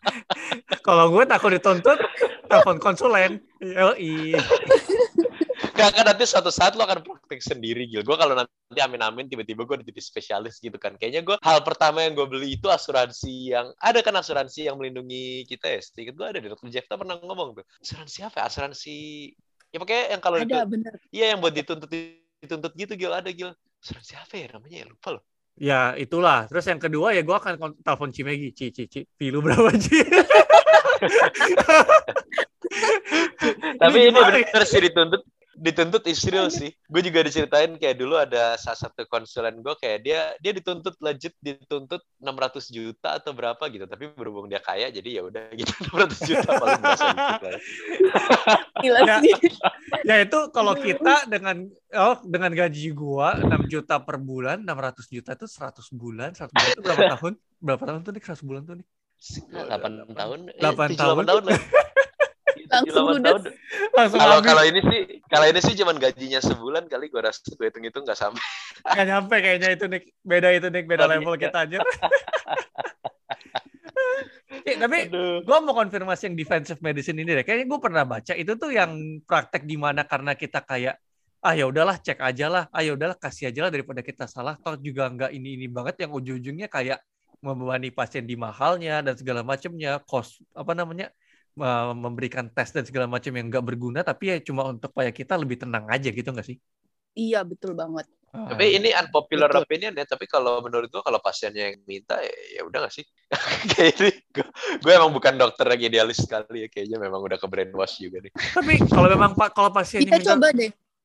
Kalau gue takut dituntut, telepon konsulen. Yoi. Gak kan nanti suatu saat lo akan praktek sendiri Gil. Gue kalau nanti amin-amin tiba-tiba gue jadi spesialis gitu kan. Kayaknya gue hal pertama yang gue beli itu asuransi yang ada kan asuransi yang melindungi kita ya. Sedikit gue ada di dokter Jefta pernah ngomong tuh. Asuransi apa? Ya? Asuransi ya pokoknya yang kalau Ada, itu bener. iya yang buat dituntut dituntut gitu Gil ada Gil. Asuransi apa ya namanya ya lupa loh. Ya itulah. Terus yang kedua ya gue akan kon- telepon Cimegi. Ci, Ci, Ci. Fee lu berapa Ci? Tapi ini gimana? benar sih dituntut dituntut Israel sih. Gue juga diceritain kayak dulu ada salah satu konsulen gue kayak dia dia dituntut legit dituntut enam ratus juta atau berapa gitu. Tapi berhubung dia kaya jadi ya udah gitu enam ratus juta paling berasa dikit lah. Gila Ya. sih. Ya itu kalau kita dengan oh dengan gaji gua enam juta per bulan, enam ratus juta itu seratus bulan. seratus bulan itu berapa tahun? Berapa tahun tuh nih seratus bulan tuh nih? delapan tahun. Eh, delapan tujuh, delapan tahun. tahun lah. Langsung delapan ludes. tahun. Langsung Kalau habis. kalau ini sih kalau ini sih cuman gajinya sebulan kali gue rasa gue hitung itu nggak sampai. Nggak nyampe kayaknya itu Nick. Beda itu Nick, beda Oh, level iya. kita aja. Eh, tapi Aduh. gue mau konfirmasi yang defensive medicine ini deh. Kayaknya gue pernah baca itu tuh yang praktek di mana karena kita kayak ah ya udahlah cek aja lah, ah ya udahlah kasih aja lah daripada kita salah. Toh juga nggak ini ini banget yang ujung-ujungnya kayak membebani pasien di mahalnya dan segala macamnya, cost apa namanya uh, memberikan tes dan segala macam yang nggak berguna tapi ya cuma untuk supaya kita lebih tenang aja gitu nggak sih? Iya, betul banget. Ah, Tapi ini unpopular Betul. opinion ya. Tapi kalau menurut gue kalau pasiennya yang minta ya, ya udah nggak sih? Kayak ini gue, gue emang bukan dokter yang idealis sekali ya. Kayaknya memang udah ke brainwash juga nih. tapi kalau memang pak kalau pasiennya Kita minta coba deh. Nah,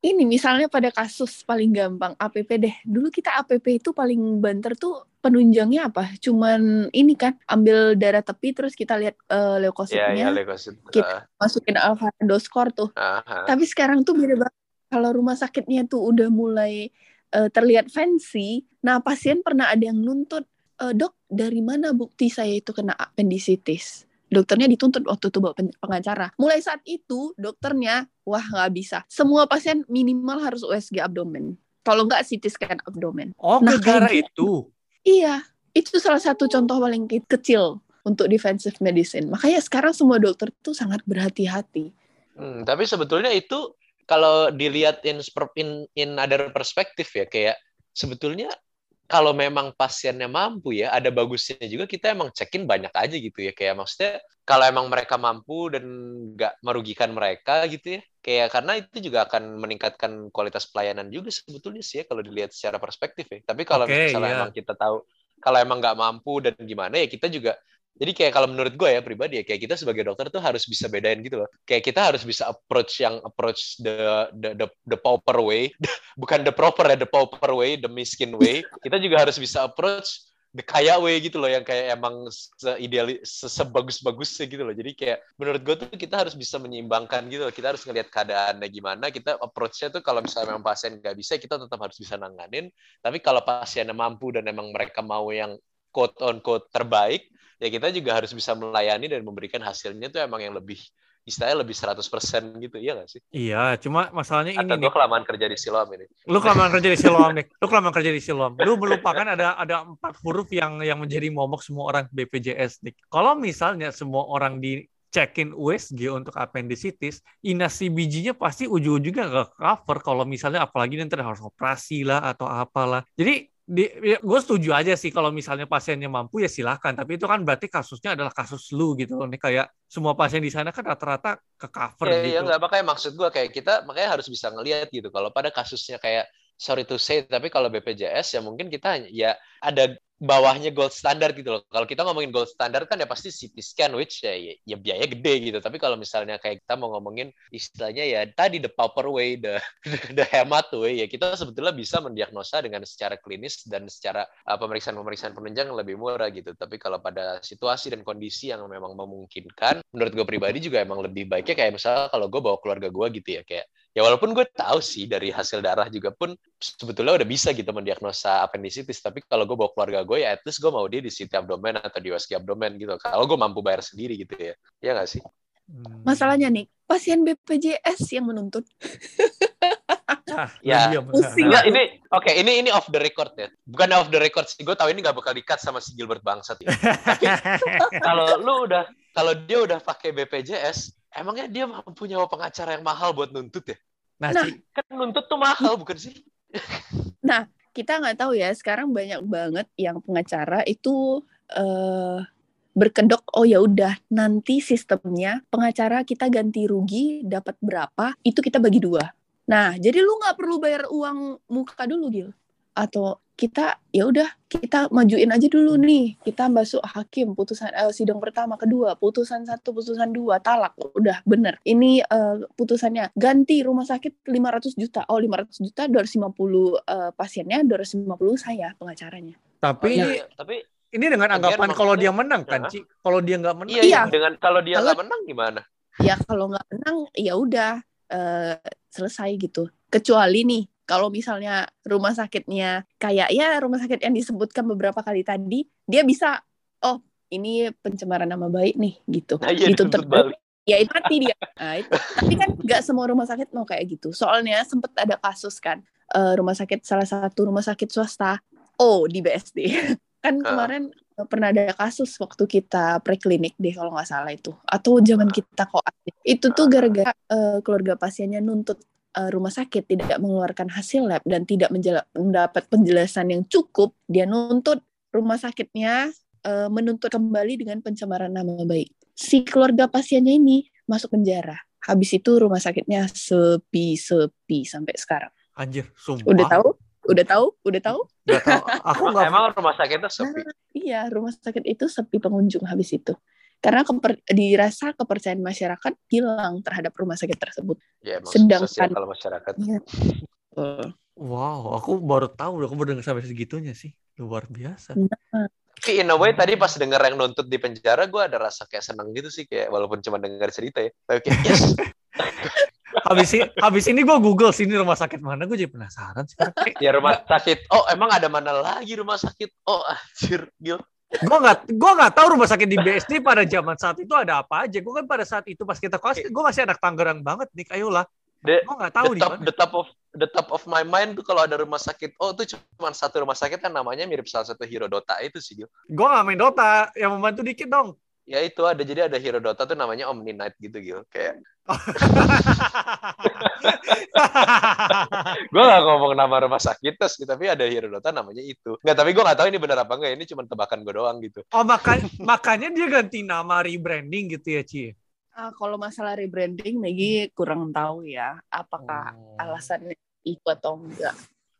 ini misalnya pada kasus paling gampang A P P deh. Dulu kita A P P itu paling banter tuh penunjangnya apa? Cuman ini kan ambil darah tepi terus kita lihat uh, Ya, ya, leukositnya, leukosit. kita masukin alpha score tuh. Uh-huh. Tapi sekarang tuh beda banget. Kalau rumah sakitnya tuh udah mulai uh, terlihat fancy, nah pasien pernah ada yang nuntut, e, dok dari mana bukti saya itu kena appendicitis? Dokternya dituntut waktu itu bawa pengacara. Mulai saat itu dokternya, wah nggak bisa. Semua pasien minimal harus U S G abdomen. Kalau nggak C T scan abdomen. Oh, nah, gara kayak itu? Iya, itu salah satu contoh paling kecil untuk defensive medicine. Makanya sekarang semua dokter tuh sangat berhati-hati. Hmm, tapi sebetulnya itu kalau dilihat in, in, in other perspektif ya, kayak sebetulnya kalau memang pasiennya mampu ya, ada bagusnya juga kita emang cekin banyak aja gitu ya. Kayak maksudnya kalau emang mereka mampu dan nggak merugikan mereka gitu ya. Kayak karena itu juga akan meningkatkan kualitas pelayanan juga sebetulnya sih ya kalau dilihat secara perspektif ya. Tapi kalau okay, misalnya yeah. emang kita tahu, kalau emang nggak mampu dan gimana ya kita juga. Jadi kayak kalau menurut gue ya pribadi ya, kayak kita sebagai dokter tuh harus bisa bedain gitu loh. Kayak kita harus bisa approach yang approach the the the, the pauper way, bukan the proper ya, the pauper way, the miskin way. Kita juga harus bisa approach the kaya way gitu loh, yang kayak emang se-idealis, sebagus-bagusnya gitu loh. Jadi kayak menurut gue tuh kita harus bisa menyeimbangkan gitu loh. Kita harus ngelihat keadaannya gimana, kita approach-nya tuh kalau misalnya memang pasien nggak bisa, kita tetap harus bisa nanganin. Tapi kalau pasiennya mampu dan emang mereka mau yang quote on quote terbaik, ya kita juga harus bisa melayani dan memberikan hasilnya tuh emang yang lebih, istilahnya lebih seratus persen gitu, iya nggak sih? Iya, cuma masalahnya ini Atau nih. Atau gue kelamaan kerja di Siloam ini. Lu kelamaan kerja di Siloam nih. Lu kelamaan kerja di Siloam. Lu melupakan ada ada empat huruf yang yang menjadi momok semua orang B P J S nih. Kalau misalnya semua orang di cekin U S G untuk appendicitis, inasi bijinya pasti ujung-ujungnya nggak cover kalau misalnya apalagi nanti harus operasi lah atau apalah. Jadi di, ya, gue setuju aja sih kalau misalnya pasiennya mampu ya silahkan, tapi itu kan berarti kasusnya adalah kasus lu gitu loh nih, kayak semua pasien di sana kan rata-rata ke cover ya, gitu. Ya nggak, makanya maksud gue kayak kita makanya harus bisa ngelihat gitu kalau pada kasusnya kayak sorry to say tapi kalau B P J S ya mungkin kita ya ada bawahnya gold standard gitu loh. Kalau kita ngomongin gold standard kan ya pasti C T scan, which ya, ya, ya biaya gede gitu. Tapi kalau misalnya kayak kita mau ngomongin istilahnya ya tadi the pauper way, the the hemat way, ya kita sebetulnya bisa mendiagnosa dengan secara klinis dan secara uh, pemeriksaan-pemeriksaan penunjang yang lebih murah gitu. Tapi kalau pada situasi dan kondisi yang memang memungkinkan, menurut gue pribadi juga emang lebih baiknya kayak misalnya kalau gue bawa keluarga gue gitu ya, kayak ya walaupun gue tahu sih dari hasil darah juga pun sebetulnya udah bisa gitu mendiagnosa appendicitis, tapi kalau gue bawa keluarga gue ya at least gue mau dia di C T abdomen atau di U S G abdomen gitu. Kalau gue mampu bayar sendiri gitu ya. Ya nggak sih? Masalahnya nih, pasien B P J S yang menuntut. Ah, ya, pusing nah, ini oke, okay, ini ini off the record ya. Bukan off the record sih. Gue tahu ini nggak bakal di-cut sama si Gilbert bangsat ya. Tapi kalau lu udah kalau dia udah pakai B P J S, emangnya dia mampu nyawa pengacara yang mahal buat nuntut ya? Nah, nah kan nuntut tuh mahal bukan sih? Nah, kita nggak tahu ya. Sekarang banyak banget yang pengacara itu uh, berkedok. Oh ya udah, nanti sistemnya pengacara kita ganti rugi dapat berapa, itu kita bagi dua. Nah, jadi lu nggak perlu bayar uang muka dulu, Gil. Atau kita ya udah kita majuin aja dulu nih, kita masuk hakim putusan eh, sidang pertama kedua, putusan satu, putusan dua, talak, udah bener ini uh, putusannya ganti rumah sakit lima ratus juta, oh lima ratus juta dua ratus lima puluh uh, pasiennya, dua ratus lima puluh saya pengacaranya. Tapi oh, iya, tapi ini dengan anggapan kalau dia menang kan, Ci? Kalau dia nggak menang, iya, iya. dengan kalau dia nggak menang gimana? Ya kalau nggak menang ya udah uh, selesai gitu. Kecuali nih kalau misalnya rumah sakitnya kayak ya rumah sakit yang disebutkan beberapa kali tadi, dia bisa, oh ini pencemaran nama baik nih gitu. Nah, iya, dituntut balik. Ya itu mati dia. Nah, itu. Tapi kan nggak semua rumah sakit mau kayak gitu. Soalnya sempat ada kasus kan, uh, rumah sakit salah satu rumah sakit swasta, oh di B S D. Kan kemarin uh. pernah ada kasus waktu kita preklinik deh kalau nggak salah itu. Atau zaman kita koas. Itu tuh gara-gara uh, keluarga pasiennya nuntut rumah sakit tidak mengeluarkan hasil lab dan tidak menjela- mendapat penjelasan yang cukup, dia nuntut rumah sakitnya uh, menuntut kembali dengan pencemaran nama baik. Si keluarga pasiennya ini masuk penjara. Habis itu rumah sakitnya sepi-sepi sampai sekarang. Anjir, sumpah. Udah tahu? Udah tahu? Udah tahu? Udah tahu. Aku nggak. Emang rumah sakitnya sepi. Nah, iya, rumah sakit itu sepi pengunjung habis itu. Karena keper, dirasa kepercayaan masyarakat hilang terhadap rumah sakit tersebut. Ya emang Sedangkan susah sih kalau masyarakat. Ya, uh, Wow, aku baru tahu, aku baru dengar sampai segitunya sih. Luar biasa. nah, Tapi in a way tadi pas denger yang nuntut di penjara, gue ada rasa kayak seneng gitu sih, kayak walaupun cuma dengar cerita ya. Tapi kayak yes. habis ini, habis ini gue Google sini rumah sakit mana, gue jadi penasaran sekarang. Ya rumah sakit. Oh emang ada mana lagi rumah sakit? Oh anjir, gil. Gue nggak, gue nggak tahu rumah sakit di B S D pada zaman saat itu ada apa aja. Gue kan pada saat itu pas kita kelas, gue masih anak Tangerang banget nih, ayolah. The, gue nggak tahu the top, the top of the top of my mind tuh kalau ada rumah sakit. Oh itu cuma satu rumah sakit kan namanya mirip salah satu hero Dota itu sih, Gil. Gue nggak main Dota, yang membantu dikit dong. Ya itu ada, jadi ada hero Dota tuh namanya Omni Knight gitu, Gil. Kayak gue gak ngomong nama rumah sakit terus, tapi ada hero Dota namanya itu. Nggak, tapi gue gak tahu ini benar apa enggak. Ini cuma tebakan gue doang gitu. Oh maka, makanya dia ganti nama, rebranding gitu ya, Ci? uh, kalau masalah rebranding, Maggie kurang tahu ya, apakah Oh. alasannya itu atau enggak.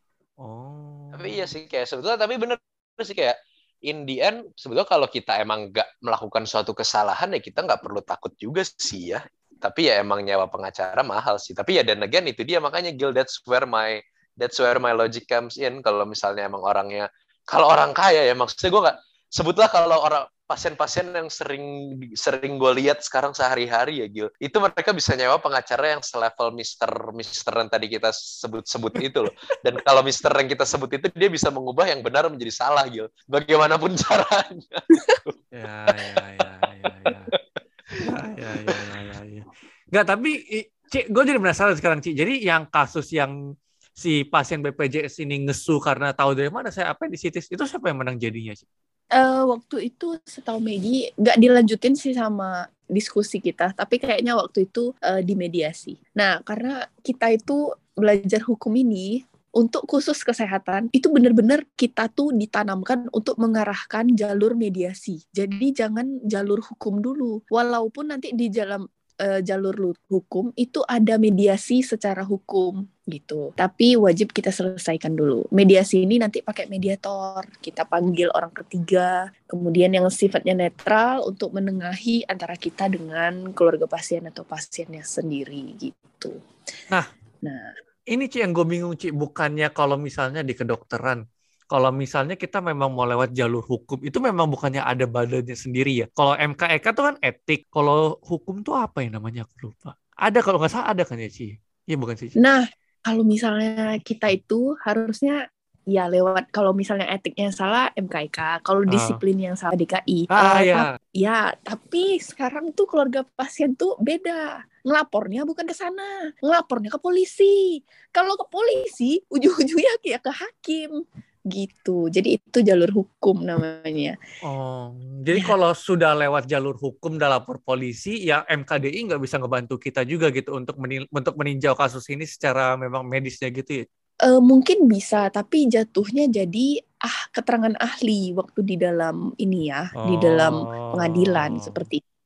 Oh. Tapi iya sih, kayak sebetulnya, tapi bener sih kayak in the end, sebetulnya kalau kita emang nggak melakukan suatu kesalahan ya kita nggak perlu takut juga sih ya. Tapi ya emang nyawa pengacara mahal sih. Tapi ya dan again itu dia makanya Gil, that's where my that's where my logic comes in. Kalau misalnya emang orangnya, kalau orang kaya ya maksudnya gue nggak, sebutlah kalau orang pasien-pasien yang sering sering gue lihat sekarang sehari-hari ya Gil, itu mereka bisa nyewa pengacara yang selevel Mister Mister yang tadi kita sebut-sebut itu loh. Dan kalau Mister yang kita sebut itu dia bisa mengubah yang benar menjadi salah Gil, bagaimanapun caranya. Ya, ya, ya, ya, ya. Ya, ya, ya, ya, ya. Nggak, tapi Ci, gue jadi penasaran sekarang Ci. Jadi yang kasus yang si pasien B P J S ini ngesu karena tahu dari mana saya apendisitis, itu siapa yang menang jadinya Ci? Uh, waktu itu setahu Maggie nggak dilanjutin sih sama diskusi kita, tapi kayaknya waktu itu uh, dimediasi. Nah, karena kita itu belajar hukum ini untuk khusus kesehatan, itu benar-benar kita tuh ditanamkan untuk mengarahkan jalur mediasi. Jadi jangan jalur hukum dulu, walaupun nanti di dalam uh, jalur hukum itu ada mediasi secara hukum gitu. Tapi wajib kita selesaikan dulu. Mediasi ini nanti pakai mediator. Kita panggil orang ketiga, kemudian yang sifatnya netral untuk menengahi antara kita dengan keluarga pasien atau pasiennya sendiri gitu. Nah, nah ini Ci yang gue bingung Ci, bukannya kalau misalnya di kedokteran, kalau misalnya kita memang mau lewat jalur hukum, itu memang bukannya ada badannya sendiri ya. Kalau M K E K itu kan etik, kalau hukum tuh apa ya namanya, aku lupa. Ada kalau nggak salah ada kan ya Ci? Iya bukan sih? Nah, kalau misalnya kita itu harusnya ya lewat, kalau misalnya etiknya salah M K E K, kalau Ah. disiplin yang salah D K I. Ah, Eh, ya. tap- ya, tapi sekarang tuh keluarga pasien tuh beda. Ngelapornya bukan ke sana, ngelapornya ke polisi. Kalau ke polisi, ujung-ujungnya ya ke hakim. Gitu. Jadi itu jalur hukum namanya. Oh, jadi Ya. kalau sudah lewat jalur hukum dan lapor polisi, ya M K D I nggak bisa ngebantu kita juga gitu untuk menil- untuk meninjau kasus ini secara memang medisnya gitu ya. Eh, mungkin bisa, tapi jatuhnya jadi ah keterangan ahli waktu di dalam ini ya, di dalam pengadilan seperti itu.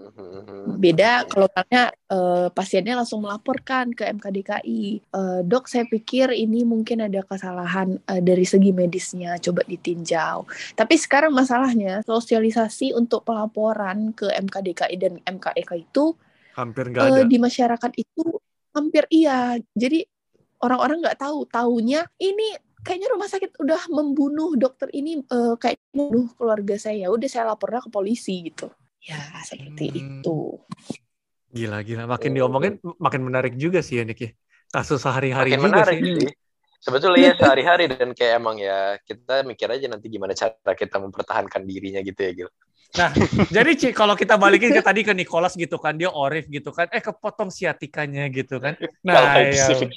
Beda kalau misalnya eh, pasiennya langsung melaporkan ke M K D K I, eh, dok saya pikir ini mungkin ada kesalahan eh, dari segi medisnya, coba ditinjau. Tapi sekarang masalahnya sosialisasi untuk pelaporan ke M K D K I dan M K E K itu hampir nggak eh, ada. di masyarakat itu hampir iya. Jadi orang-orang nggak tahu, taunya ini kayaknya rumah sakit udah membunuh dokter ini, eh, kayak membunuh keluarga saya. Udah saya lapornya ke polisi gitu. Ya seperti Hmm. itu. Gila-gila, makin diomongin makin menarik juga sih ya Nick ya. Kasus sehari-hari Makin juga menarik sih. sih. Sebetulnya ya sehari-hari dan kayak emang ya kita mikir aja nanti gimana cara kita mempertahankan dirinya gitu ya Gil. Nah, jadi Ci, kalau kita balikin ke tadi ke Nicholas gitu kan, dia orif gitu kan, eh kepotong siatikanya gitu kan. Nah, Kalau ya. itu-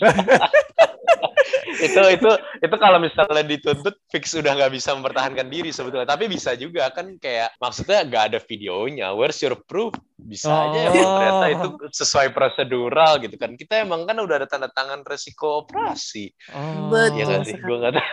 itu itu itu kalau misalnya dituntut fix udah nggak bisa mempertahankan diri sebetulnya, tapi bisa juga kan, kayak maksudnya nggak ada videonya, where's your proof, bisa aja Oh. emang ternyata itu sesuai prosedural gitu kan, kita emang kan udah ada tanda tangan resiko operasi. Oh. Betul. Ya nggak sih, sekali. gue nggak tahu.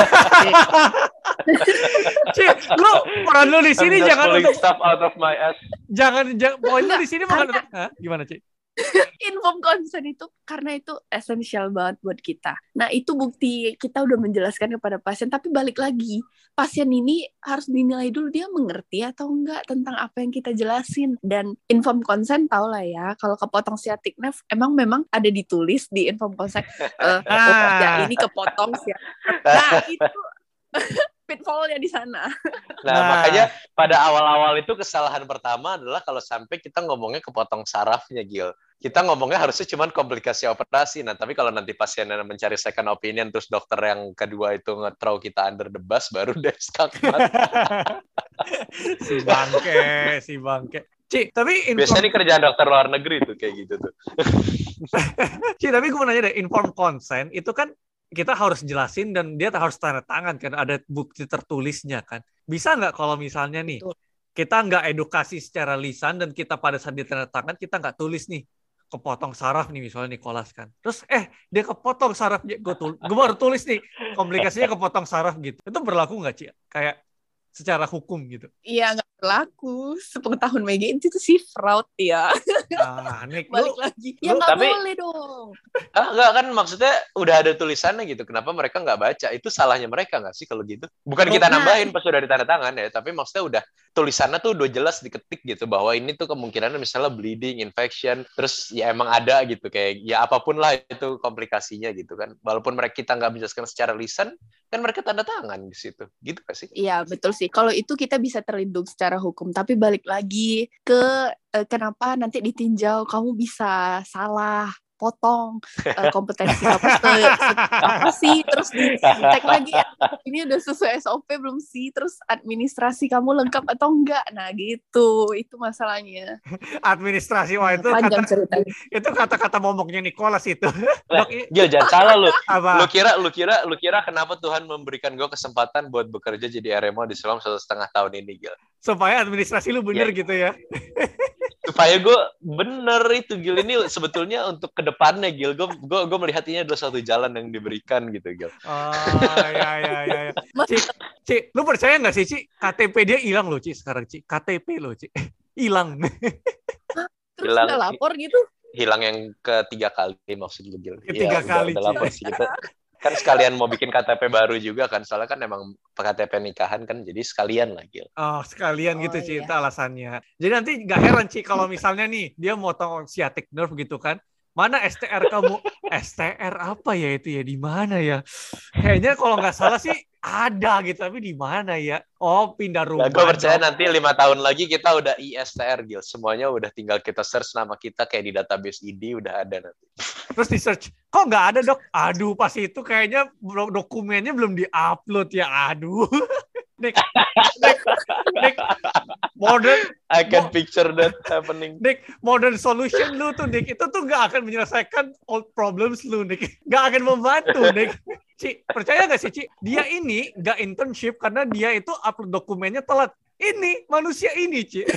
Ci, lu peran lu di sini I'm just jangan pulling untuk stuff out of my ass. jangan, jangan poin lu di sini bukan Karena- untuk, hah? Gimana Ci? Informed consent itu karena itu esensial banget buat kita. Nah, itu bukti kita udah menjelaskan kepada pasien, tapi balik lagi, pasien ini harus dinilai dulu dia mengerti atau enggak tentang apa yang kita jelasin. Dan informed consent tau lah ya, kalau kepotong sciatic nerve emang memang ada ditulis di informed consent. Uh, oh ya ini kepotong sciatic nerve. Nah, itu pitfallnya di sana. Nah, nah, makanya pada awal-awal itu kesalahan pertama adalah kalau sampai kita ngomongnya kepotong sarafnya, Gil. Kita ngomongnya harusnya cuma komplikasi operasi. Nah, tapi kalau nanti pasiennya mencari second opinion, terus dokter yang kedua itu nge-throw kita under the bus, baru deh skakmat. si bangke, si bangke. Ci, tapi inform... biasanya ini kerjaan dokter luar negeri tuh kayak gitu tuh. Ci, tapi gue mau nanya deh, informed consent itu kan kita harus jelasin dan dia harus tanda tangan kan, ada bukti tertulisnya kan. Bisa nggak kalau misalnya nih Betul. kita nggak edukasi secara lisan dan kita pada saat dia tanda tangan kita nggak tulis nih kepotong saraf nih misalnya Nicholas kan. Terus eh dia kepotong sarafnya, gue tul- gue baru tulis nih komplikasinya kepotong saraf gitu. Itu berlaku nggak Ci? Kayak secara hukum gitu? Iya nggak berlaku. Sepengetahuan Mega itu tuh sih fraud ya. Nah, Nick, balik lu, lagi. Ya nggak tapi, boleh dong. Ah, enggak kan maksudnya udah ada tulisannya gitu. Kenapa mereka nggak baca? Itu salahnya mereka nggak sih kalau gitu? Bukan kita nah, nambahin pas udah ditanda tangan ya, tapi maksudnya udah tulisannya tuh udah jelas diketik gitu bahwa ini tuh kemungkinannya misalnya bleeding, infection, terus ya emang ada gitu kayak ya apapun lah itu komplikasinya gitu kan. Walaupun mereka kita nggak menjelaskan secara lisan, kan mereka tanda tangan di situ. Gitu gak sih? Iya, betul sih. Kalau itu kita bisa terlindung secara hukum, tapi balik lagi ke eh, kenapa nanti ditinjau kamu bisa salah potong uh, kompetensi kamu se- apa sih, terus dicek lagi ini udah sesuai S O P belum sih, terus administrasi kamu lengkap atau enggak, nah gitu, itu masalahnya. Administrasi, wah itu Panjang kata ceritanya. itu kata-kata momoknya Nicholas itu. Dok, Gil, jangan salah lu. Apa? Lu kira lu kira lu kira kenapa Tuhan memberikan gue kesempatan buat bekerja jadi R M O di selama satu setengah tahun ini, Gil? Supaya administrasi lu bener ya. gitu ya. Supaya gue bener itu, Gil. Ini sebetulnya untuk kedepannya, Gil. Gue gue gue melihat ini adalah suatu jalan yang diberikan gitu, Gil. Oh ya ya ya. ya. Ci, Ci, lu percaya nggak sih Ci? K T P dia hilang loh Ci sekarang Ci. K T P loh Ci. Hilang. Terus hilang, udah lapor gitu? Hilang yang ketiga kali maksud lu, Gil. Ketiga ya, kali udah, udah lapor sih kita. Kan sekalian mau bikin K T P baru juga kan, soalnya kan emang K T P nikahan kan, jadi sekalian lah, Gil. Oh, sekalian gitu, oh, Ci, iya. itu alasannya. Jadi nanti nggak heran, Ci, kalau misalnya nih, dia motong sciatic nerve gitu kan, mana S T R kamu? S T R apa ya itu ya, di mana ya? Kayaknya kalau nggak salah sih ada gitu, tapi di mana ya? Oh, pindah rumah. Nah, gue percaya nanti lima tahun lagi kita udah I S T R, Gil. Semuanya udah tinggal kita search nama kita kayak di database I D, udah ada nanti. Terus di search, kok nggak ada dok? Aduh, pas itu kayaknya dokumennya belum di-upload ya. Aduh. Nick, Nick, Nick, modern. I can mo- picture that happening. Nick, modern solution lu tuh, Nick, itu tuh nggak akan menyelesaikan old problems lu, Nick. Nggak akan membantu, Nick. Ci, percaya nggak sih, Ci? Dia ini nggak internship karena dia itu upload dokumennya telat. Ini, manusia ini, Ci.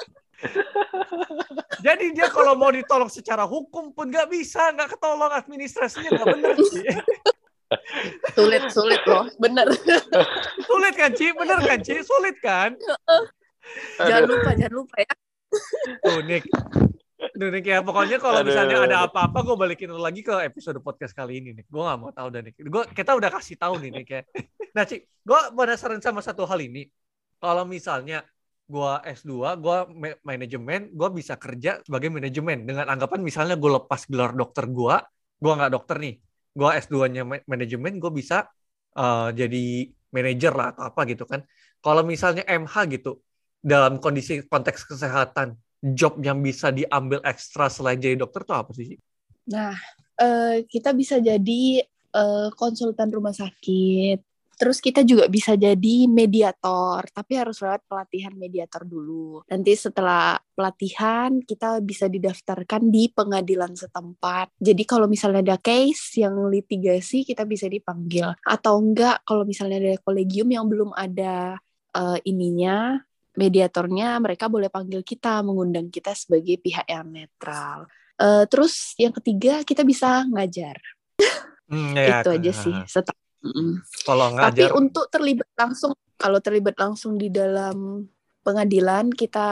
Jadi dia kalau mau ditolong secara hukum pun nggak bisa, nggak ketolong, administrasinya nggak bener, Ci. Sulit, sulit loh, bener. Sulit kan, Ci? Bener kan, Ci? Sulit kan? Jangan lupa, jangan lupa ya. Tuh, Nick. Tuh, Nick ya. Pokoknya kalau misalnya ada apa-apa, gue balikin lagi ke episode podcast kali ini, Nick. Gue nggak mau tahu dah, Nick. Gua, kita udah kasih tahu nih, Nick ya. Nah, Ci, gue penasaran sama satu hal ini. Kalau misalnya gue S dua, gue ma- manajemen, gue bisa kerja sebagai manajemen. Dengan anggapan misalnya gue lepas gelar dokter gue, gue nggak dokter nih. Gue S dua-nya manajemen, gue bisa uh, jadi manajer lah atau apa gitu kan. Kalau misalnya M H gitu, dalam kondisi konteks kesehatan, job yang bisa diambil ekstra selain jadi dokter tuh apa sih? Nah, uh, kita bisa jadi uh, konsultan rumah sakit. Terus kita juga bisa jadi mediator, tapi harus lewat pelatihan mediator dulu. Nanti setelah pelatihan, kita bisa didaftarkan di pengadilan setempat. Jadi kalau misalnya ada case yang litigasi, kita bisa dipanggil. Atau enggak, kalau misalnya ada kolegium yang belum ada uh, ininya, mediatornya, mereka boleh panggil kita, mengundang kita sebagai pihak yang netral. Uh, terus yang ketiga, kita bisa ngajar. Hmm, ya, Itu aja sih. Setelah Mm-mm. Kalau Tapi ngajar, untuk terlibat langsung, kalau terlibat langsung di dalam pengadilan, kita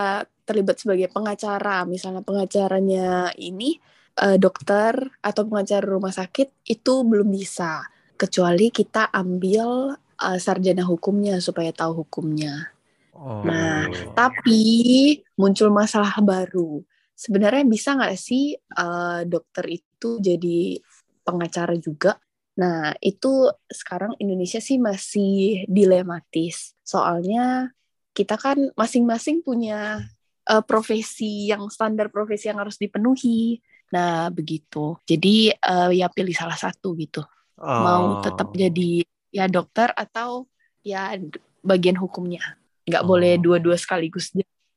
terlibat sebagai pengacara, misalnya pengacaranya ini uh, dokter atau pengacara rumah sakit, itu belum bisa. Kecuali kita ambil uh, sarjana hukumnya supaya tahu hukumnya. Oh. Nah, tapi muncul masalah baru. Sebenarnya bisa nggak sih uh, dokter itu jadi pengacara juga? Nah, itu sekarang Indonesia sih masih dilematis. Soalnya kita kan masing-masing punya uh, profesi yang standar profesi yang harus dipenuhi. Nah, begitu. Jadi uh, ya pilih salah satu gitu. Oh. Mau tetap jadi ya dokter atau ya bagian hukumnya. Nggak oh. boleh dua-dua sekaligus.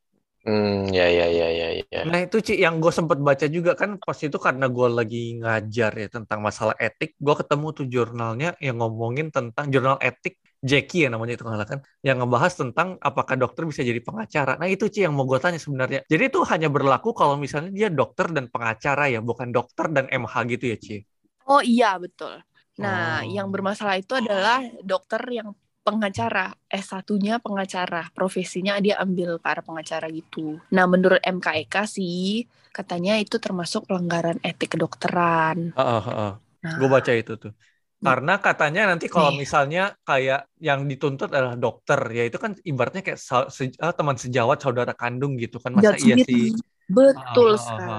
Hmm, ya, ya, ya, ya, ya. Nah itu Ci, yang gue sempat baca juga kan pas itu karena gue lagi ngajar ya tentang masalah etik, gue ketemu tuh jurnalnya yang ngomongin tentang jurnal etik Jackie ya namanya itu kan, yang ngebahas tentang apakah dokter bisa jadi pengacara. Nah itu Ci yang mau gue tanya sebenarnya. Jadi itu hanya berlaku kalau misalnya dia dokter dan pengacara ya, bukan dokter dan M H gitu ya Ci? Oh iya betul. Nah oh. yang bermasalah itu adalah dokter yang pengacara, S satunya pengacara, profesinya dia ambil para pengacara gitu. Nah, menurut M K E K sih, katanya itu termasuk pelanggaran etik kedokteran. Uh, uh, uh. Nah. Gue baca itu tuh. Karena katanya nanti kalau misalnya kayak yang dituntut adalah dokter, ya itu kan ibaratnya kayak se- teman sejawat, saudara kandung gitu kan. Masa iya sih? Betul uh, uh, uh, uh.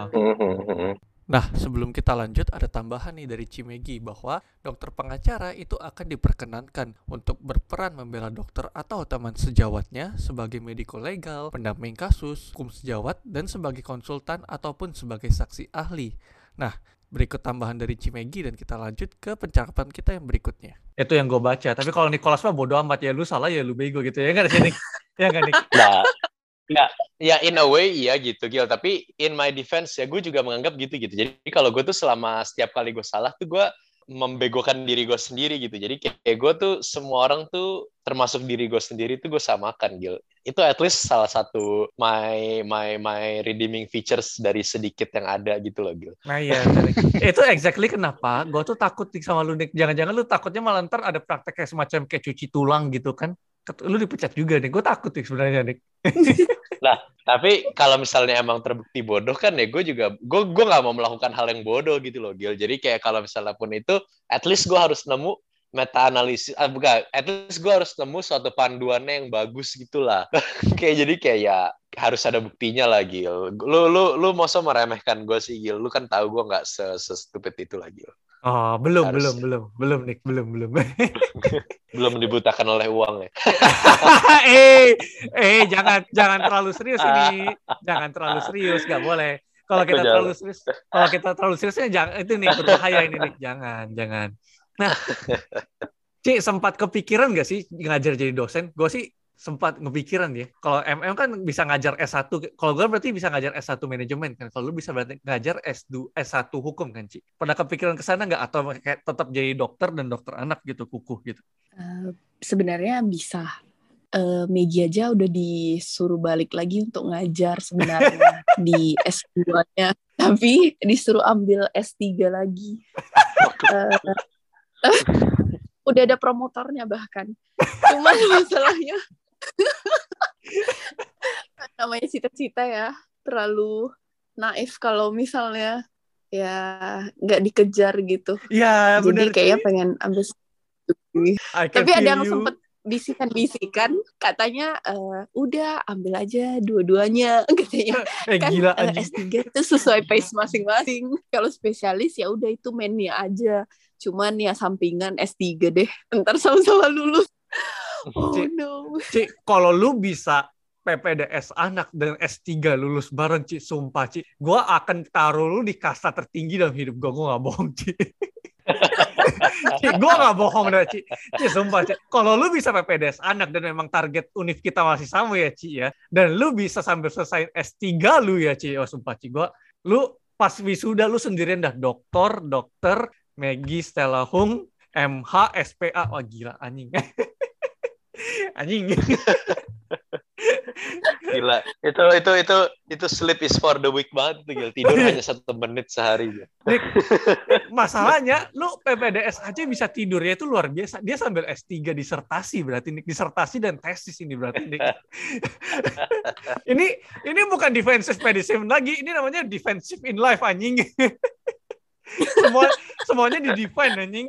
sekali. Nah, sebelum kita lanjut, ada tambahan nih dari Cimegi bahwa dokter pengacara itu akan diperkenankan untuk berperan membela dokter atau teman sejawatnya sebagai medico legal, pendamping kasus, hukum sejawat, dan sebagai konsultan ataupun sebagai saksi ahli. Nah, berikut tambahan dari Cimegi dan kita lanjut ke pencakapan kita yang berikutnya. Itu yang gue baca. Tapi kalau Nicholas mah bodo amat, ya lu salah ya lu bego gitu ya nggak sih Nick? Ya nggak Nick? Nah. Ya, ya in a way iya gitu Gil, tapi in my defense ya gue juga menganggap gitu gitu. Jadi kalau gue tuh selama setiap kali gue salah tuh gue membegokan diri gue sendiri gitu. Jadi kayak gue tuh semua orang tuh termasuk diri gue sendiri tuh gue samakan Gil. Itu at least salah satu my my my redeeming features dari sedikit yang ada gitu loh Gil. Nah iya, itu exactly kenapa gue tuh takut sama lu Nick. Jangan-jangan lu takutnya malah ntar ada praktek kayak semacam kayak cuci tulang gitu kan. Lu dipecat juga nih, gue takut nih sebenarnya nih. Nah, tapi kalau misalnya emang terbukti bodoh kan ya gue juga, gue gue nggak mau melakukan hal yang bodoh gitu loh Gil. Jadi kayak kalau misalnya pun itu, at least gue harus nemu meta analisis, ah, bukan, at least gue harus nemu suatu panduannya yang bagus gitulah. Kayak jadi kayak ya harus ada buktinya lah Gil. Lu lu lu masa meremehkan gue sih Gil. Lu kan tahu gue nggak se-stupid itu lah Gil. Oh, belum, harus. belum, belum, belum, Nick, belum, belum. Belum dibutakan oleh uang ya. eh, eh, jangan, jangan terlalu serius ini, jangan terlalu serius, nggak boleh. Kalau kita terlalu serius, kalau kita terlalu seriusnya jangan, itu nih berbahaya ini, Nick, jangan, jangan. Nah, Ci, sempat kepikiran nggak sih ngajar jadi dosen? Gue sih sempat ngepikiran ya. Kalau M M kan bisa ngajar S satu. Kalau gue berarti bisa ngajar S satu manajemen kan. Kalau lu bisa berarti ngajar S dua, S satu hukum kan, Ci. Pernah kepikiran ke sana nggak? Atau kayak tetap jadi dokter dan dokter anak gitu, kukuh gitu? Uh, sebenarnya bisa. Uh, Megi aja udah disuruh balik lagi untuk ngajar sebenarnya di S dua-nya. Tapi disuruh ambil S tiga lagi. Uh, uh, udah ada promotornya bahkan. Cuman masalahnya namanya cita-cita ya, terlalu naif kalau misalnya ya nggak dikejar gitu. Ya, jadi bener, kayaknya sih. pengen ambil tapi ada yang you. sempet bisikan-bisikan katanya uh, udah ambil aja dua-duanya katanya. eh, kan gila, uh, S tiga itu sesuai pace masing-masing. Kalau spesialis ya udah itu mainnya aja, cuman ya sampingan S tiga deh, ntar sama-sama lulus. Oh Cik, no. Cik, kalau lu bisa P P D S anak dan S tiga lulus bareng, Cik, sumpah, Cik, gue akan taruh lu di kasta tertinggi dalam hidup gue, gue gak bohong, Cik. Cik, gue gak bohong dah, Cik. Cik, sumpah, Cik, kalau lu bisa P P D S anak dan memang target univ kita masih sama ya, Cik, ya, dan lu bisa sambil selesai S tiga lu ya, Cik, oh sumpah, Cik, gue, lu pas wisuda lu sendirian dah, dokter, dokter, Megi, Stella Hung, M H, S P A, wah gila, anjing. Anjing. Gila. Itu itu itu itu sleep is for the weak banget tuh, Gil. Tidur hanya satu menit sehari. Nick, masalahnya lu P P D S aja bisa tidurnya itu luar biasa. Dia sambil S tiga disertasi berarti Nick. Disertasi dan tesis ini berarti Nick. ini ini bukan defensive medicine lagi, ini namanya defensive in life anjing. Semua semuanya di defend anjing.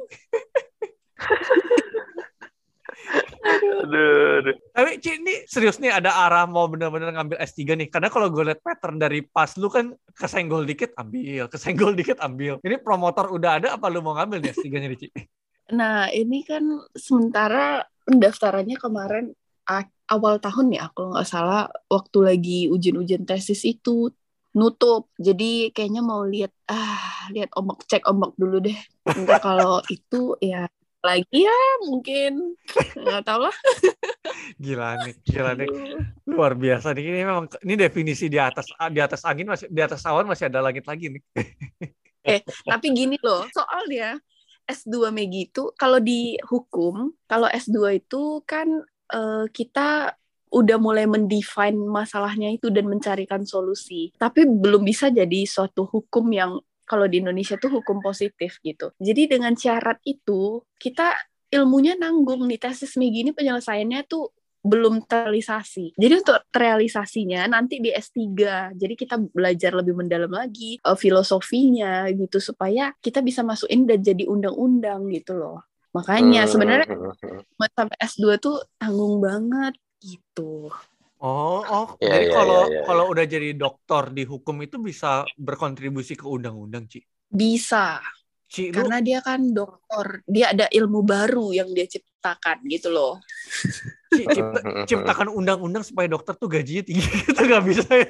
Aduh, aduh. Tapi Ci, ini serius nih ada arah mau bener-bener ngambil S tiga nih. Karena kalau gue liat pattern dari pas lu kan kesenggol dikit ambil, kesenggol dikit ambil. Ini promotor udah ada apa lu mau ngambil nih S tiga-nya nih, Ci? Nah, ini kan sementara pendaftarannya kemarin awal tahun ya, kalau nggak salah, waktu lagi ujian-ujian tesis itu nutup. Jadi kayaknya mau lihat ah lihat ombak, cek ombak dulu deh. Entar kalau itu ya lagi ya mungkin nggak tahu lah. Gila nih, gila nih, luar biasa nih. Ini memang ini definisi di atas di atas angin masih di atas awan masih ada langit lagi nih. Eh tapi gini loh, soalnya S dua Megi itu kalau di hukum, kalau S dua itu kan uh, kita udah mulai mendefine masalahnya itu dan mencarikan solusi. Tapi belum bisa jadi suatu hukum yang kalau di Indonesia tuh hukum positif gitu. Jadi dengan syarat itu, kita ilmunya nanggung nih. Tesis Megi ini penyelesaiannya tuh belum terrealisasi. Jadi untuk terrealisasinya nanti di S tiga. Jadi kita belajar lebih mendalam lagi uh, filosofinya gitu supaya kita bisa masukin dan jadi undang-undang gitu loh. Makanya sebenarnya sampai S dua tuh tanggung banget gitu. Oh, oh, Ya, jadi ya, kalau ya, ya. kalau udah jadi doktor di hukum itu bisa berkontribusi ke undang-undang, Ci? Bisa. Ci, lu, Karena dia kan dokter, dia ada ilmu baru yang dia ciptakan gitu loh. Ci, cipta, ciptakan undang-undang supaya dokter tuh gajinya tinggi, itu nggak bisa ya?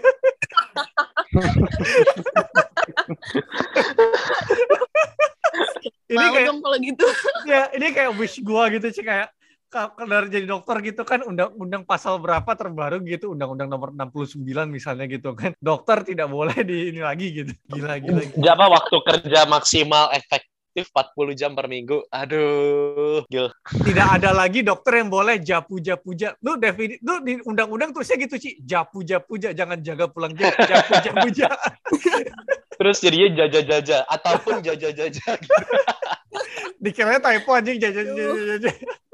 Ini Mau kayak, dong kalau gitu. ya, ini kayak wish gua gitu sih, kayak kalau jadi dokter gitu kan undang-undang pasal berapa terbaru gitu, undang-undang nomor enam puluh sembilan misalnya gitu kan, dokter tidak boleh di ini lagi gitu. Gila gila. Berapa waktu kerja maksimal efektif empat puluh jam per minggu. Aduh, gil. Tidak ada lagi dokter yang boleh japu-japuja. Lu defini, lu di undang-undang tulisnya gitu sih, japu-japuja, jangan jaga pulang jaga, japu-japuja. Terus jadinya jaja-jaja ataupun jaja-jaja. Dikiranya typo anjing, jaja-jaja.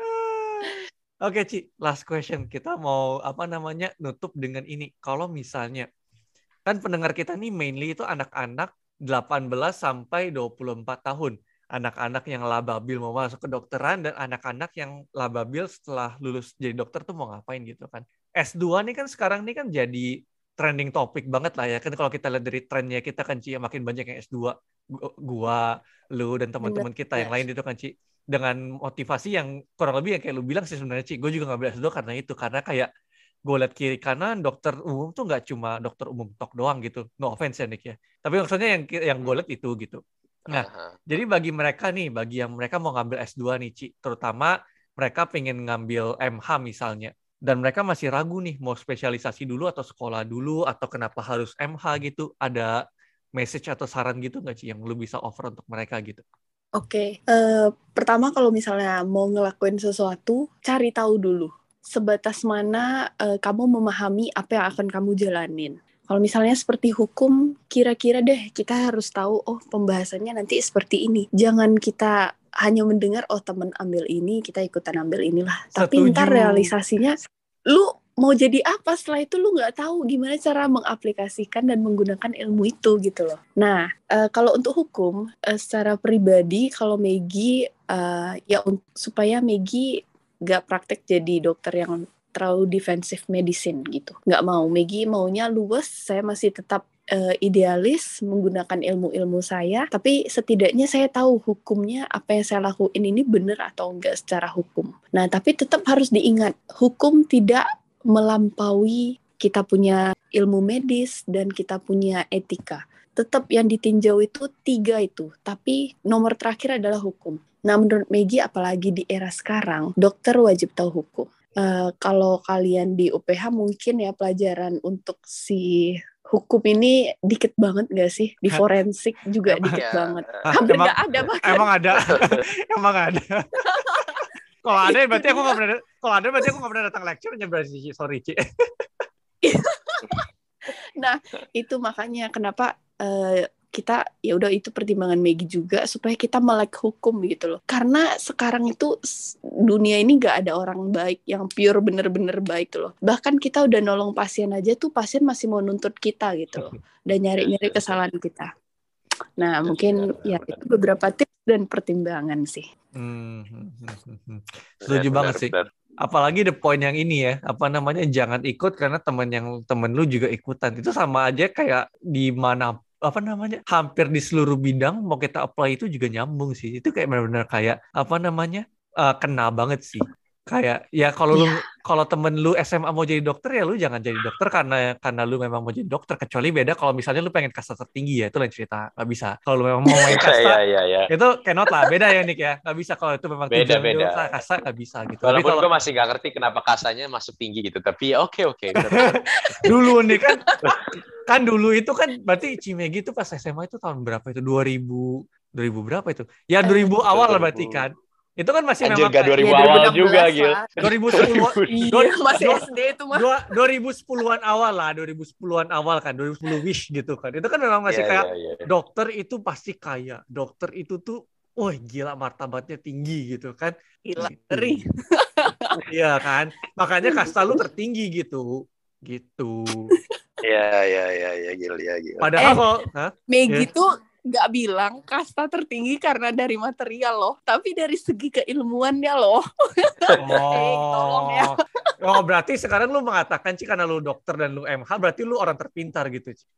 Oke, Ci, last question. Kita mau apa namanya nutup dengan ini. Kalau misalnya kan pendengar kita nih mainly itu anak-anak delapan belas sampai dua puluh empat tahun. Anak-anak yang lababil mau masuk ke dokteran dan anak-anak yang lababil setelah lulus jadi dokter tuh mau ngapain gitu kan. S dua nih kan sekarang nih kan jadi trending topik banget lah ya. Kan kalau kita lihat dari trennya kita kan, Ci, makin banyak yang S dua. Gua, lu dan teman-teman kita yang lain itu kan, Ci. Dengan motivasi yang kurang lebih yang kayak lu bilang sih sebenarnya, Ci. Gue juga ngambil S dua karena itu. Karena kayak gue liat kiri kanan dokter umum tuh nggak cuma dokter umum tok doang gitu. No offense ya, Nick ya. Tapi maksudnya yang yang gue liat itu gitu. Nah, uh-huh. Jadi bagi mereka nih, bagi yang mereka mau ngambil S dua nih, Ci. Terutama mereka pengen ngambil M H misalnya. Dan mereka masih ragu nih mau spesialisasi dulu atau sekolah dulu atau kenapa harus M H gitu. Ada message atau saran gitu nggak, Ci, yang lu bisa offer untuk mereka gitu? Oke, okay. uh, pertama kalau misalnya mau ngelakuin sesuatu, cari tahu dulu sebatas mana uh, kamu memahami apa yang akan kamu jalanin. Kalau misalnya seperti hukum, kira-kira deh kita harus tahu, oh pembahasannya nanti seperti ini. Jangan kita hanya mendengar, oh teman ambil ini, kita ikutan ambil inilah. Setuju. Tapi ntar realisasinya, lu mau jadi apa setelah itu lu nggak tahu gimana cara mengaplikasikan dan menggunakan ilmu itu gitu loh. Nah uh, kalau untuk hukum uh, secara pribadi kalau Megi uh, ya un- supaya Megi nggak praktek jadi dokter yang terlalu defensive medicine gitu. Nggak mau, Megi maunya luwes. Saya masih tetap uh, idealis menggunakan ilmu-ilmu saya, tapi setidaknya saya tahu hukumnya apa yang saya lakuin ini benar atau enggak secara hukum. Nah tapi tetap harus diingat hukum tidak melampaui kita punya ilmu medis dan kita punya etika. Tetap yang ditinjau itu tiga itu, tapi nomor terakhir adalah hukum. Nah menurut Megi apalagi di era sekarang, dokter wajib tahu hukum. Uh, kalau kalian di U P H mungkin ya pelajaran untuk si hukum ini dikit banget gak sih? Di forensik juga dikit ya. banget. Hampir emang, gak ada bahkan. Emang ada. Emang ada. Kalau ada berarti aku gak pernah Kalau ada berarti aku nggak pernah datang lecture-nya berarti, Ci. Sorry, Ci. Nah, itu makanya kenapa eh, kita ya udah itu pertimbangan Maggie juga supaya kita melek hukum gitu loh. Karena sekarang itu s- dunia ini nggak ada orang baik yang pure bener-bener baik loh. Bahkan kita udah nolong pasien aja tuh pasien masih mau nuntut kita gitu loh. Dan nyari-nyari kesalahan kita. Nah, mungkin ya itu beberapa tips dan pertimbangan sih. Hmm, hmm, hmm, hmm, hmm. Setuju Benar, banget benar, sih. benar. Apalagi the point yang ini ya, apa namanya, jangan ikut karena temen yang temen lu juga ikutan. Itu sama aja kayak di mana, apa namanya, hampir di seluruh bidang mau kita apply itu juga nyambung sih. Itu kayak benar-benar kayak apa namanya, eh, kena banget sih. Kayak ya kalau lu Iya. kalau temen lu S M A mau jadi dokter ya lu jangan jadi dokter karena karena lu memang mau jadi dokter, kecuali beda kalau misalnya lu pengen kasta tertinggi ya itu lain cerita, nggak bisa. Kalau lu memang mau main Iya, kasta iya, iya. itu cannot lah, beda ya Nick ya, nggak bisa kalau itu memang Beda, tujuan lu beda. kasta nggak bisa gitu. Tapi Walaupun kalau gue masih nggak ngerti kenapa kasanya masuk tinggi gitu, tapi ya oke oke. benar. dulu nih kan kan dulu itu kan berarti Cimegi itu pas S M A itu tahun berapa itu, dua ribu dua ribu berapa itu ya, dua ribu awal lah berarti kan, itu kan masih Anjir, memang gak dua ribu Ya, awal dua ribu enam juga, belas Gil. lah. dua ribu sepuluh Iya, masih S D itu mah. dua- dua ribu sepuluhan awal lah, dua ribu sepuluhan awal kan, dua ribu sepuluh wish gitu kan, itu kan memang masih Iya, kayak iya, iya. dokter itu pasti kaya, dokter itu tuh wah gila martabatnya tinggi gitu kan. Gila, Gitu. ngeri. Iya kan, makanya kasta lu tertinggi gitu gitu. Iya, iya, iya, iya, Gil, ya, Gil. Padahal Eh. kalau hah? Maggie Ya. tuh nggak bilang kasta tertinggi karena dari material loh, tapi dari segi keilmuannya loh. Eh, tolong ya. Oh, oh berarti sekarang lu mengatakan Ci karena lu dokter dan lu M H berarti lu orang terpintar gitu Ci.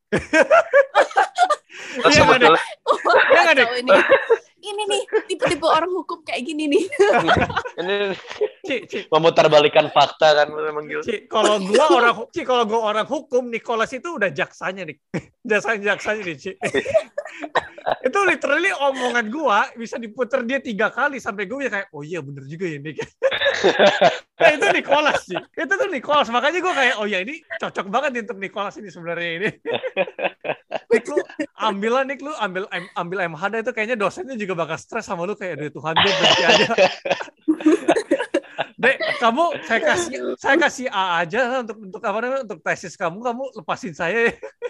Terus Iya nggak deh? sebetulnya Wah, Iya nggak deh? kacau ini. Ini nih tipe-tipe orang hukum kayak gini nih. ini Ci, Ci, memutarbalikan fakta kan memang, Gil. Ci, kalau gua orang Ci, kalau gua orang hukum, Nicholas itu udah jaksanya nih. Jasanya jaksanya nih, Ci. Itu literally omongan gua bisa diputer dia tiga kali sampai gue kayak oh iya bener juga ya Nick. Nah, itu Nicholas sih. Itu tuh Nicholas. Makanya gue kayak oh ya ini cocok banget nih untuk Nicholas ini sebenarnya ini. Nick lu ambil lah Nick lu ambil ambil M H D itu kayaknya dosennya juga bakal stres sama lu kayak aduh Tuhan gue berhenti aja. Dek, kamu saya kasih saya kasih A aja lah untuk untuk apa namanya untuk tesis kamu kamu lepasin saya.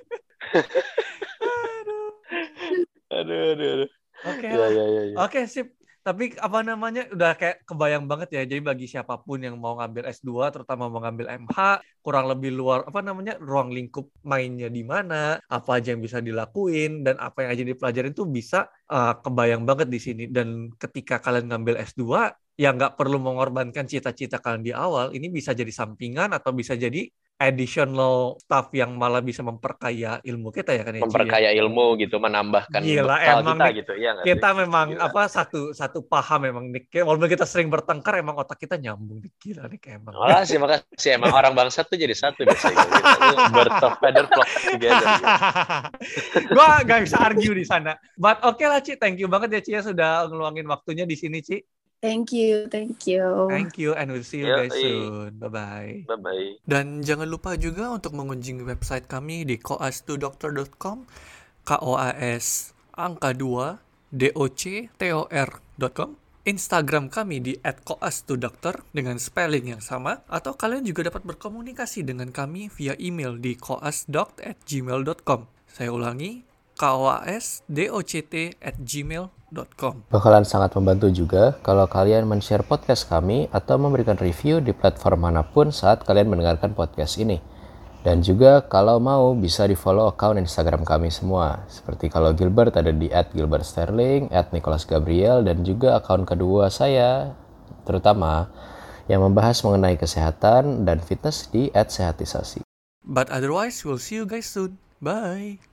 Aduh, aduh, aduh. Oke Ya, lah. ya, ya, ya. Oke sip. Tapi apa namanya udah kayak kebayang banget ya. Jadi bagi siapapun yang mau ngambil S dua terutama mau ngambil M H, kurang lebih luar apa namanya ruang lingkup mainnya di mana, apa aja yang bisa dilakuin dan apa yang aja dipelajarin tuh bisa uh, kebayang banget di sini. Dan ketika kalian ngambil S dua ya nggak perlu mengorbankan cita-cita kalian di awal. Ini bisa jadi sampingan atau bisa jadi additional stuff yang malah bisa memperkaya ilmu kita ya kan ya, Ci, ya? Memperkaya ilmu gitu, menambahkan Gila, bekal emang kita nih, gitu ya nggak kita sih? memang Gila. apa satu satu paham memang nih. Kayak walaupun kita sering bertengkar emang otak kita nyambung nih. Gila nih kayak emang. Makasih, makasih. Emang orang bangsa tuh jadi satu biasanya. Birth of feather flock together. Gua gak bisa argue di sana. But oke okay lah Ci, thank you banget ya Ci ya sudah ngeluangin waktunya di sini Ci. Thank you, thank you. Thank you and we'll see you Yoi. guys soon. Bye bye. Bye-bye. Dan jangan lupa juga untuk mengunjungi website kami di koas two doctor dot com, K O A S angka dua D O C T O R dot com. Instagram kami di at koas two doctor dengan spelling yang sama, atau kalian juga dapat berkomunikasi dengan kami via email di koasdoct at gmail dot com. Saya ulangi, K O A S D O C T at gmail dot com. Bakalan sangat membantu juga kalau kalian men-share podcast kami atau memberikan review di platform manapun saat kalian mendengarkan podcast ini. Dan juga kalau mau bisa di-follow account Instagram kami semua. Seperti kalau Gilbert ada di at gilbert sterling, at nicholas gabriel, dan juga account kedua saya, terutama yang membahas mengenai kesehatan dan fitness di at sehatisasi. But otherwise, we'll see you guys soon. Bye!